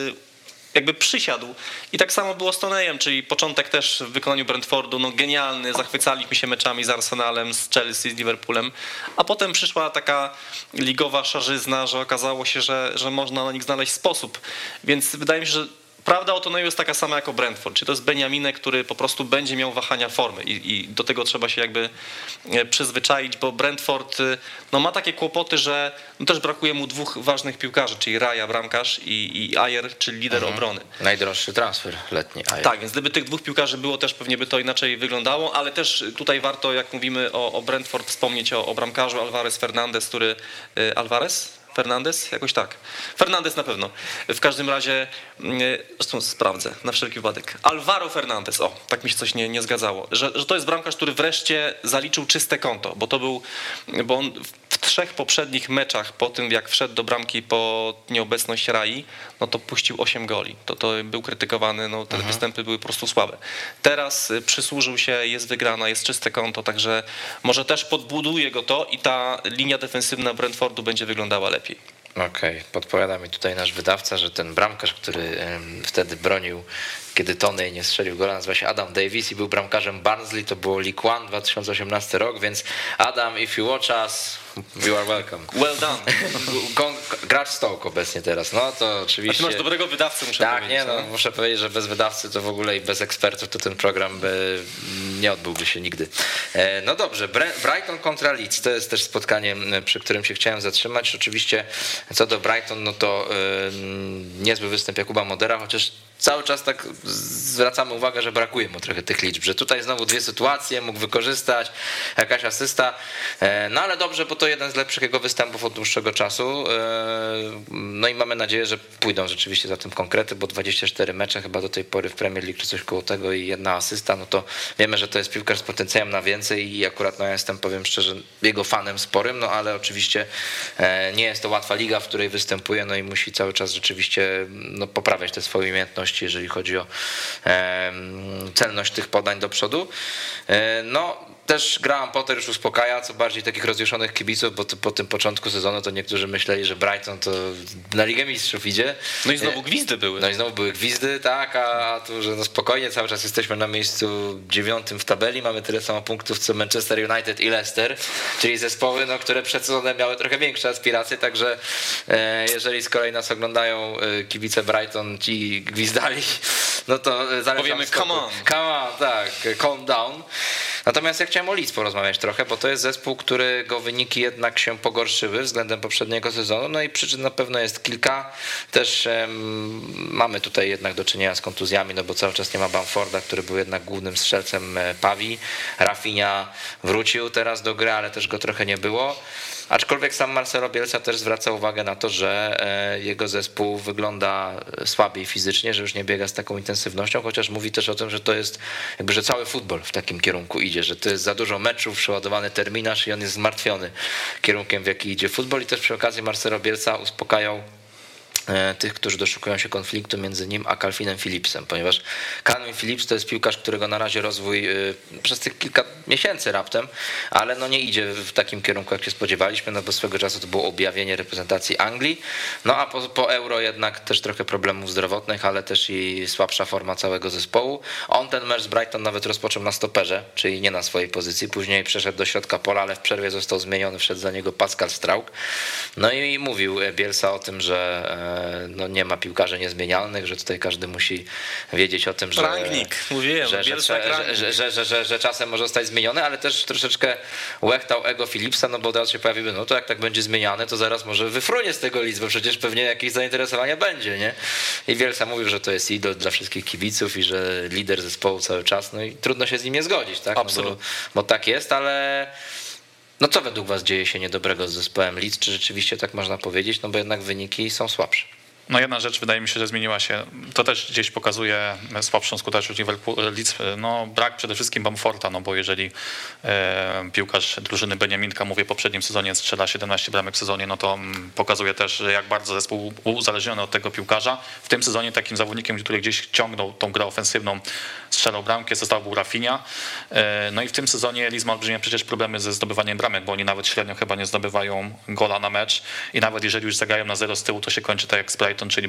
jakby przysiadł. I tak samo było z Toneyem, czyli początek też w wykonaniu Brentfordu, no genialny, zachwycaliśmy się meczami z Arsenalem, z Chelsea, z Liverpoolem, a potem przyszła taka ligowa szarzyzna, że okazało się, że można na nich znaleźć sposób. Więc wydaje mi się, że prawda o Toneyu jest taka sama jak o Brentford, czyli to jest Beniaminek, który po prostu będzie miał wahania formy i do tego trzeba się jakby przyzwyczaić, bo Brentford no, ma takie kłopoty, że no, też brakuje mu dwóch ważnych piłkarzy, czyli Raya, bramkarz i Ajer, czyli lider obrony. Najdroższy transfer letni Ajer. Tak, więc gdyby tych dwóch piłkarzy było, też pewnie by to inaczej wyglądało, ale też tutaj warto, jak mówimy o Brentford, wspomnieć o bramkarzu Alvarez Fernandez, który... Fernandez? Jakoś tak. Fernandez na pewno. W każdym razie, zresztą sprawdzę, na wszelki wypadek. Alvaro Fernandez, tak mi się coś nie zgadzało. Że to jest bramkarz, który wreszcie zaliczył czyste konto, bo on w 3 poprzednich meczach po tym, jak wszedł do bramki po nieobecność Rai, no to puścił 8 goli. To był krytykowany, no te występy były po prostu słabe. Teraz przysłużył się, jest wygrana, jest czyste konto, także może też podbuduje go to i ta linia defensywna Brentfordu będzie wyglądała lepiej. Okej, podpowiada mi tutaj nasz wydawca, że ten bramkarz, który wtedy bronił, kiedy Toney nie strzelił gola, nazywa się Adam Davies i był bramkarzem Barnsley, to było League One 2018 rok, więc Adam, if you watch us, you are welcome. Well done. Gracz Stoke obecnie teraz, no to oczywiście... A ty masz dobrego wydawcę, muszę powiedzieć. powiedzieć. Tak, muszę powiedzieć, że bez wydawcy to w ogóle i bez ekspertów to ten program by nie odbyłby się nigdy. No dobrze, Brighton kontra Leeds, to jest też spotkanie, przy którym się chciałem zatrzymać. Oczywiście co do Brighton, no to niezły występ Jakuba Modera, chociaż cały czas tak zwracamy uwagę, że brakuje mu trochę tych liczb, że tutaj znowu 2 sytuacje mógł wykorzystać, jakaś asysta, no ale dobrze, bo to jeden z lepszych jego występów od dłuższego czasu, no i mamy nadzieję, że pójdą rzeczywiście za tym konkrety, bo 24 mecze chyba do tej pory w Premier League czy coś koło tego i 1 asysta, no to wiemy, że to jest piłkarz z potencjałem na więcej i akurat no ja jestem, powiem szczerze, jego fanem sporym, no ale oczywiście nie jest to łatwa liga, w której występuje, no i musi cały czas rzeczywiście no, poprawiać te swoje umiejętności, jeżeli chodzi o celność tych podań do przodu. No też Graham Potter już uspokaja, co bardziej takich rozjuszonych kibiców, bo po tym początku sezonu to niektórzy myśleli, że Brighton to na Ligę Mistrzów idzie. No i znowu gwizdy były. No i znowu były gwizdy, tak, a tu, że no spokojnie, cały czas jesteśmy na miejscu 9 w tabeli, mamy tyle samo punktów co Manchester United i Leicester, czyli zespoły, no, które przed sezonem miały trochę większe aspiracje, także jeżeli z kolei nas oglądają kibice Brighton, ci gwizdali, no to powiemy come on, tak, calm down. Natomiast ja chciałem o Leeds porozmawiać trochę, bo to jest zespół, którego wyniki jednak się pogorszyły względem poprzedniego sezonu, no i przyczyn na pewno jest kilka. Też mamy tutaj jednak do czynienia z kontuzjami, no bo cały czas nie ma Bamforda, który był jednak głównym strzelcem Pavi. Rafinha wrócił teraz do gry, ale też go trochę nie było. Aczkolwiek sam Marcelo Bielsa też zwraca uwagę na to, że jego zespół wygląda słabiej fizycznie, że już nie biega z taką intensywnością, chociaż mówi też o tym, że to jest jakby, że cały futbol w takim kierunku idzie, że to jest za dużo meczów, przeładowany terminarz i on jest zmartwiony kierunkiem, w jaki idzie futbol. I też przy okazji Marcelo Bielsa uspokajał tych, którzy doszukują się konfliktu między nim a Calvinem Phillipsem, ponieważ Calvin Phillips to jest piłkarz, którego na razie rozwój przez tych kilka miesięcy raptem, ale no nie idzie w takim kierunku, jak się spodziewaliśmy, no bo swego czasu to było objawienie reprezentacji Anglii, no a po Euro jednak też trochę problemów zdrowotnych, ale też i słabsza forma całego zespołu. On ten mecz z Brighton nawet rozpoczął na stoperze, czyli nie na swojej pozycji, później przeszedł do środka pola, ale w przerwie został zmieniony, wszedł za niego Pascal Struijk. No i mówił Bielsa o tym, że no nie ma piłkarzy niezmienialnych, że tutaj każdy musi wiedzieć o tym, że Rangnick, mówiłem, że czasem może zostać zmieniony, ale też troszeczkę łechtał ego Phillipsa, no bo od razu się pojawiły, no to jak tak będzie zmieniany, to zaraz może wyfrunie z tego Leeds, bo przecież pewnie jakieś zainteresowania będzie, nie? I Bielsa mówił, że to jest idol dla wszystkich kibiców i że lider zespołu cały czas, no i trudno się z nim nie zgodzić, tak? Absolutnie. No bo tak jest, ale no co według was dzieje się niedobrego z zespołem Leeds? Czy rzeczywiście tak można powiedzieć? No bo jednak wyniki są słabsze. No jedna rzecz wydaje mi się, że zmieniła się, to też gdzieś pokazuje słabszą skuteczność Leeds, no brak przede wszystkim Bamforta, no bo jeżeli piłkarz drużyny Beniaminka, mówię, w poprzednim sezonie strzela 17 bramek w sezonie, no to pokazuje też, jak bardzo zespół był uzależniony od tego piłkarza. W tym sezonie takim zawodnikiem, który gdzieś ciągnął tą grę ofensywną, strzelał bramkę, był Rafinha. No i w tym sezonie Leeds ma olbrzymie przecież problemy ze zdobywaniem bramek, bo oni nawet średnio chyba nie zdobywają gola na mecz i nawet jeżeli już zagrają na 0 z tyłu, to się kończy tak jak z Brighton, czyli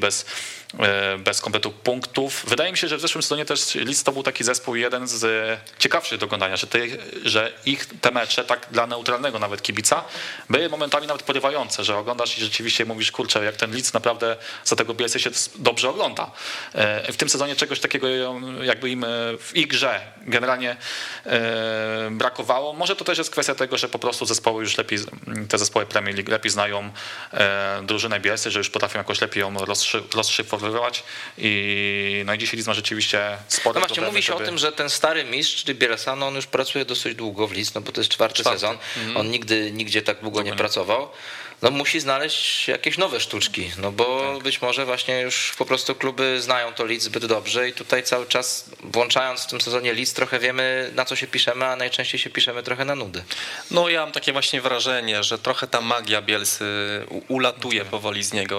bez kompletu punktów. Wydaje mi się, że w zeszłym sezonie też Leeds to był taki zespół jeden z ciekawszych do oglądania, że ich te mecze, tak dla neutralnego nawet kibica, były momentami nawet porywające, że oglądasz i rzeczywiście mówisz, kurczę, jak ten Leeds naprawdę za tego Bielsy się dobrze ogląda. W tym sezonie czegoś takiego jakby im w ich grze generalnie brakowało. Może to też jest kwestia tego, że po prostu zespoły już lepiej, te zespoły Premier League lepiej znają drużynę Bielsy, że już potrafią jakoś lepiej ją rozszyfrowywać no i dzisiaj Leeds ma rzeczywiście sporo. No właśnie, mówi się o tym, że ten stary mistrz, czyli Bielsa, no on już pracuje dosyć długo w Leeds, no bo to jest czwarty sezon, on nigdzie tak długo nie pracował. No musi znaleźć jakieś nowe sztuczki, no bo być może właśnie już po prostu kluby znają to Leeds zbyt dobrze i tutaj cały czas włączając w tym sezonie Leeds trochę wiemy, na co się piszemy, a najczęściej się piszemy trochę na nudy. No ja mam takie właśnie wrażenie, że trochę ta magia Bielsy ulatuje powoli z niego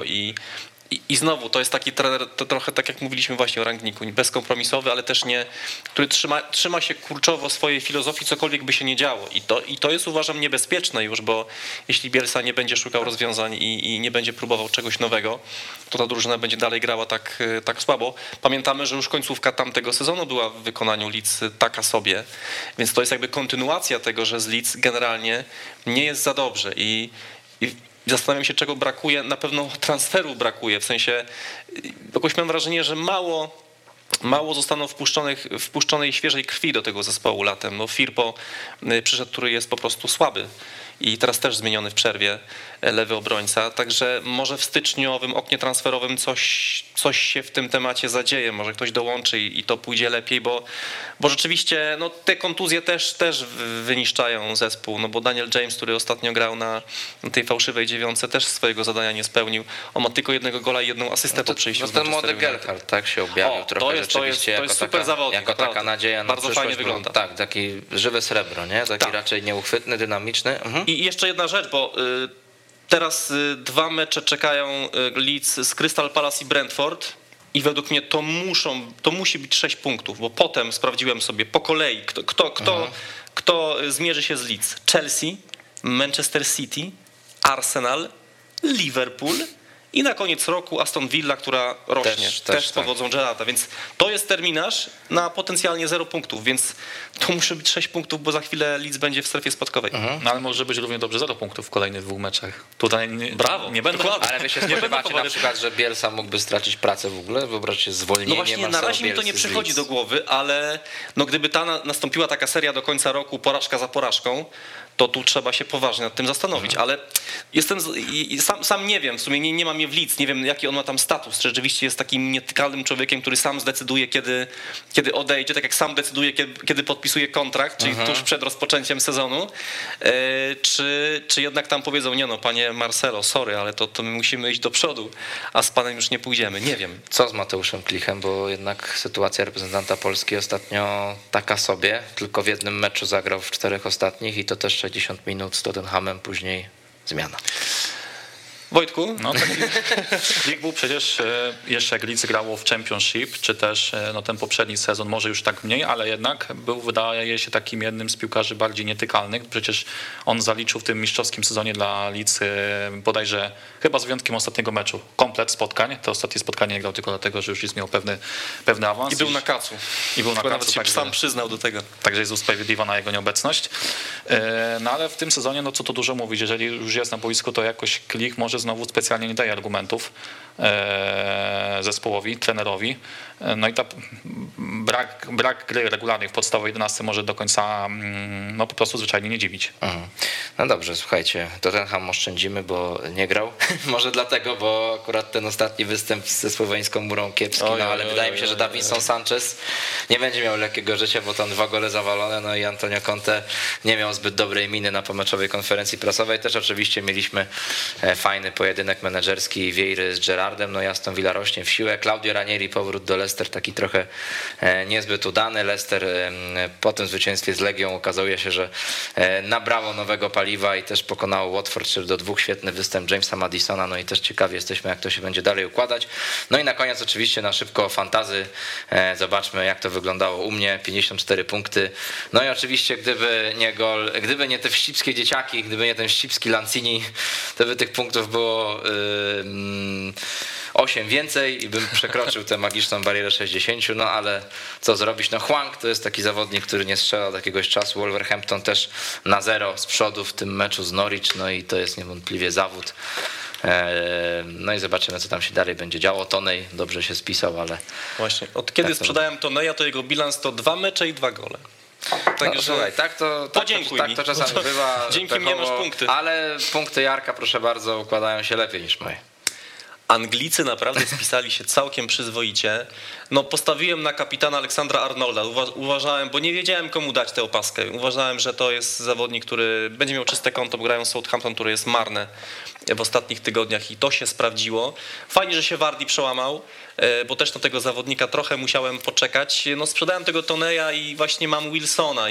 i znowu to jest taki trener, to trochę tak jak mówiliśmy właśnie o Rangnicku, bezkompromisowy, ale też nie, który trzyma się kurczowo swojej filozofii, cokolwiek by się nie działo. I to jest, uważam, niebezpieczne już, bo jeśli Bielsa nie będzie szukał rozwiązań i nie będzie próbował czegoś nowego, to ta drużyna będzie dalej grała tak słabo. Pamiętamy, że już końcówka tamtego sezonu była w wykonaniu Leeds taka sobie, więc to jest jakby kontynuacja tego, że z Leeds generalnie nie jest za dobrze i zastanawiam się, czego brakuje. Na pewno transferu brakuje, w sensie jakoś mam wrażenie, że mało zostaną wpuszczonej świeżej krwi do tego zespołu latem. No Firpo przyszedł, który jest po prostu słaby i teraz też zmieniony w przerwie lewy obrońca, także może w styczniowym oknie transferowym coś się w tym temacie zadzieje, może ktoś dołączy i to pójdzie lepiej, bo rzeczywiście no, te kontuzje też wyniszczają zespół, no bo Daniel James, który ostatnio grał na tej fałszywej 9, też swojego zadania nie spełnił. On ma tylko 1 gola i 1 asystę po przyjściu. No ten młody Gerhardt tak się objawił trochę rzeczywiście to jest super zawodnik, jako taka nadzieja na bardzo przyszłość, fajnie wygląda. Tak, taki żywe srebro, nie? Taki raczej nieuchwytny, dynamiczny. I jeszcze jedna rzecz, bo teraz 2 mecze czekają Leeds z Crystal Palace i Brentford i według mnie to musi być 6 punktów, bo potem sprawdziłem sobie po kolei, kto zmierzy się z Leeds. Chelsea, Manchester City, Arsenal, Liverpool i na koniec roku Aston Villa, która rośnie, też z powodzą Gerrarda, więc to jest terminarz na potencjalnie 0 punktów, więc to musi być 6 punktów, bo za chwilę Leeds będzie w strefie spadkowej. No ale może być równie dobrze 0 punktów w kolejnych 2 meczach. Tutaj brawo, nie będą. Ale wy się spodziewacie na przykład, że Bielsa mógłby stracić pracę w ogóle? Wyobraźcie zwolnienie. No właśnie, na razie mi to nie przychodzi do głowy, ale no gdyby nastąpiła taka seria do końca roku, porażka za porażką, to tu trzeba się poważnie nad tym zastanowić. Ale sam nie wiem, w sumie nie mam je w Leeds, nie wiem jaki on ma tam status. Czy rzeczywiście jest takim nietykalnym człowiekiem, który sam zdecyduje, kiedy odejdzie, tak jak sam decyduje, kiedy podpisuje kontrakt, czyli tuż przed rozpoczęciem sezonu. Czy jednak tam powiedzą, nie no, panie Marcelo, sorry, ale to my musimy iść do przodu, a z panem już nie pójdziemy, nie wiem. Co z Mateuszem Klichem, bo jednak sytuacja reprezentanta Polski ostatnio taka sobie, tylko w jednym meczu zagrał w 4 ostatnich i to też 60 minut z Tottenhamem, później zmiana. Wojtku? No taki Klich był przecież jeszcze jak Leeds grało w Championship, czy też no, ten poprzedni sezon, może już tak mniej, ale jednak był, wydaje się, takim jednym z piłkarzy bardziej nietykalnych. Przecież on zaliczył w tym mistrzowskim sezonie dla Leeds bodajże, chyba z wyjątkiem ostatniego meczu, komplet spotkań. To ostatnie spotkanie nie grał tylko dlatego, że już Leeds miał pewny awans. I był na kacu. Nawet się sam przyznał do tego. Także jest usprawiedliwiona jego nieobecność. No ale w tym sezonie, no co tu dużo mówić, jeżeli już jest na boisku, to jakoś Klich może znowu specjalnie nie daje argumentów zespołowi, trenerowi. No i ta brak gry regularnej w podstawowej 11 może do końca no po prostu zwyczajnie nie dziwić. No dobrze, słuchajcie, Tottenham oszczędzimy, bo nie grał. Może dlatego, bo akurat ten ostatni występ ze słoweńską murą kiepski, no ale wydaje mi się, że Davinson Sanchez nie będzie miał lekkiego życia, bo tam 2 gole zawalone, no i Antonio Conte nie miał zbyt dobrej miny na pomeczowej konferencji prasowej. Też oczywiście mieliśmy fajny pojedynek menedżerski Vieiry z Gerrardem, no i Aston Villa rośnie w siłę. Claudio Ranieri powrót do Leicester taki trochę niezbyt udany. Leicester po tym zwycięstwie z Legią okazuje się, że nabrało nowego paliwa i też pokonało Watford do 2 świetny występ Jamesa Madisona, no i też ciekawi jesteśmy, jak to się będzie dalej układać. No i na koniec oczywiście na szybko fantazy, zobaczmy jak to wyglądało u mnie, 54 punkty, no i oczywiście gdyby nie te wścibskie dzieciaki, gdyby nie ten wścibski Lanzini, to by tych punktów było 8 więcej i bym przekroczył tę magiczną barierę 60, no ale co zrobić, no Hwang to jest taki zawodnik, który nie strzela od jakiegoś czasu, Wolverhampton też na 0 z przodu w tym meczu z Norwich, no i to jest niewątpliwie zawód. No i zobaczymy, co tam się dalej będzie działo. Tonej dobrze się spisał, ale... Właśnie, od kiedy tak sprzedałem Toneja, to jego bilans to 2 mecze i 2 gole. Także no, słuchaj, tak to czasami bywa. Dzięki mnie masz punkty. Ale punkty Jarka, proszę bardzo, układają się lepiej niż moje. Anglicy naprawdę spisali się całkiem przyzwoicie. No postawiłem na kapitana Aleksandra Arnolda. Uważałem, bo nie wiedziałem komu dać tę opaskę. Uważałem, że to jest zawodnik, który będzie miał czyste konto, bo grają Southampton, które jest marne w ostatnich tygodniach i to się sprawdziło. Fajnie, że się Vardy przełamał, bo też na tego zawodnika trochę musiałem poczekać. No sprzedałem tego Toneja i właśnie mam Wilsona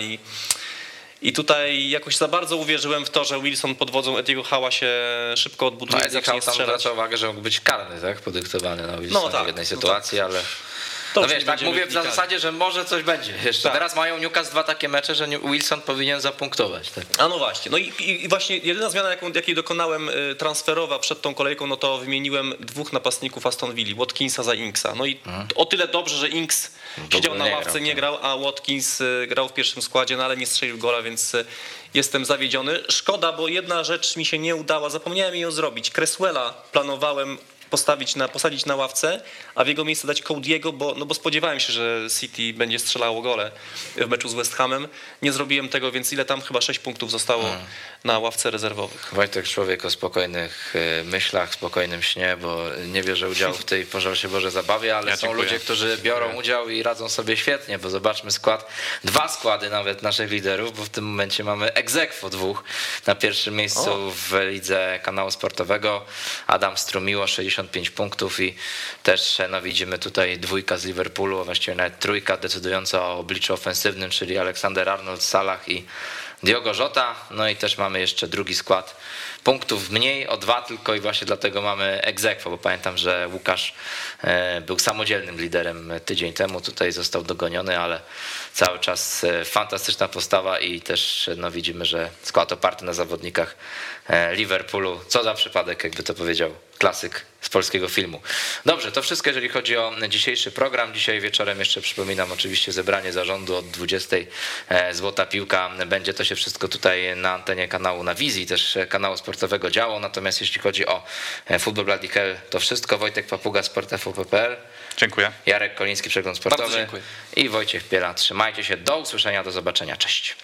i tutaj jakoś za bardzo uwierzyłem w to, że Wilson pod wodzą Ediego Howe'a się szybko odbuduje i zacznie strzelać. Zwraca uwagę, że mógł być karny, tak? Podyktowany na Wilsona w jednej sytuacji, ale... No wiesz, tak mówię w zasadzie, że może coś będzie. Jeszcze tak. Teraz mają Newcastle 2 takie mecze, że Wilson powinien zapunktować. Tak? A no właśnie. No i właśnie jedyna zmiana, jakiej dokonałem transferowa przed tą kolejką, no to wymieniłem 2 napastników Aston Villa, Watkinsa za Inksa. No i o tyle dobrze, że Inks siedział na ławce, nie grał, a Watkins grał w pierwszym składzie, no ale nie strzelił gola, więc jestem zawiedziony. Szkoda, bo jedna rzecz mi się nie udała, zapomniałem ją zrobić. Cresswella planowałem posadzić na ławce, a w jego miejsce dać Cody'ego, bo spodziewałem się, że City będzie strzelało gole w meczu z West Hamem. Nie zrobiłem tego, więc ile tam chyba 6 punktów zostało na ławce rezerwowych. Wojtek, człowiek o spokojnych myślach, spokojnym śnie, bo nie bierze udziału w tej, pożal się Boże, zabawie, ale są ludzie, którzy biorą udział i radzą sobie świetnie, bo zobaczmy skład, 2 składy nawet naszych liderów, bo w tym momencie mamy ex aequo 2 na pierwszym miejscu w lidze kanału sportowego. Adam Strumiło 65 punktów i też no, widzimy tutaj 2 z Liverpoolu, a właściwie nawet 3 decydująca o obliczu ofensywnym, czyli Aleksander Arnold, Salah i Diogo Jota. No i też mamy jeszcze drugi skład. Punktów mniej, o 2 tylko i właśnie dlatego mamy ex aequo, bo pamiętam, że Łukasz był samodzielnym liderem tydzień temu, tutaj został dogoniony, ale cały czas fantastyczna postawa i też no, widzimy, że skład oparty na zawodnikach Liverpoolu, co za przypadek, jakby to powiedział klasyk z polskiego filmu. Dobrze, to wszystko jeżeli chodzi o dzisiejszy program. Dzisiaj wieczorem jeszcze przypominam oczywiście zebranie zarządu od 20 Złota Piłka. Będzie to się wszystko tutaj na antenie kanału na wizji, też kanału sportowego działo. Natomiast jeśli chodzi o Football Bloody Hell, to wszystko. Wojtek Papuga, sport.tvp.pl. Dziękuję. Jarek Koliński, Przegląd Sportowy. Bardzo dziękuję. I Wojciech Piela. Trzymajcie się. Do usłyszenia, do zobaczenia. Cześć.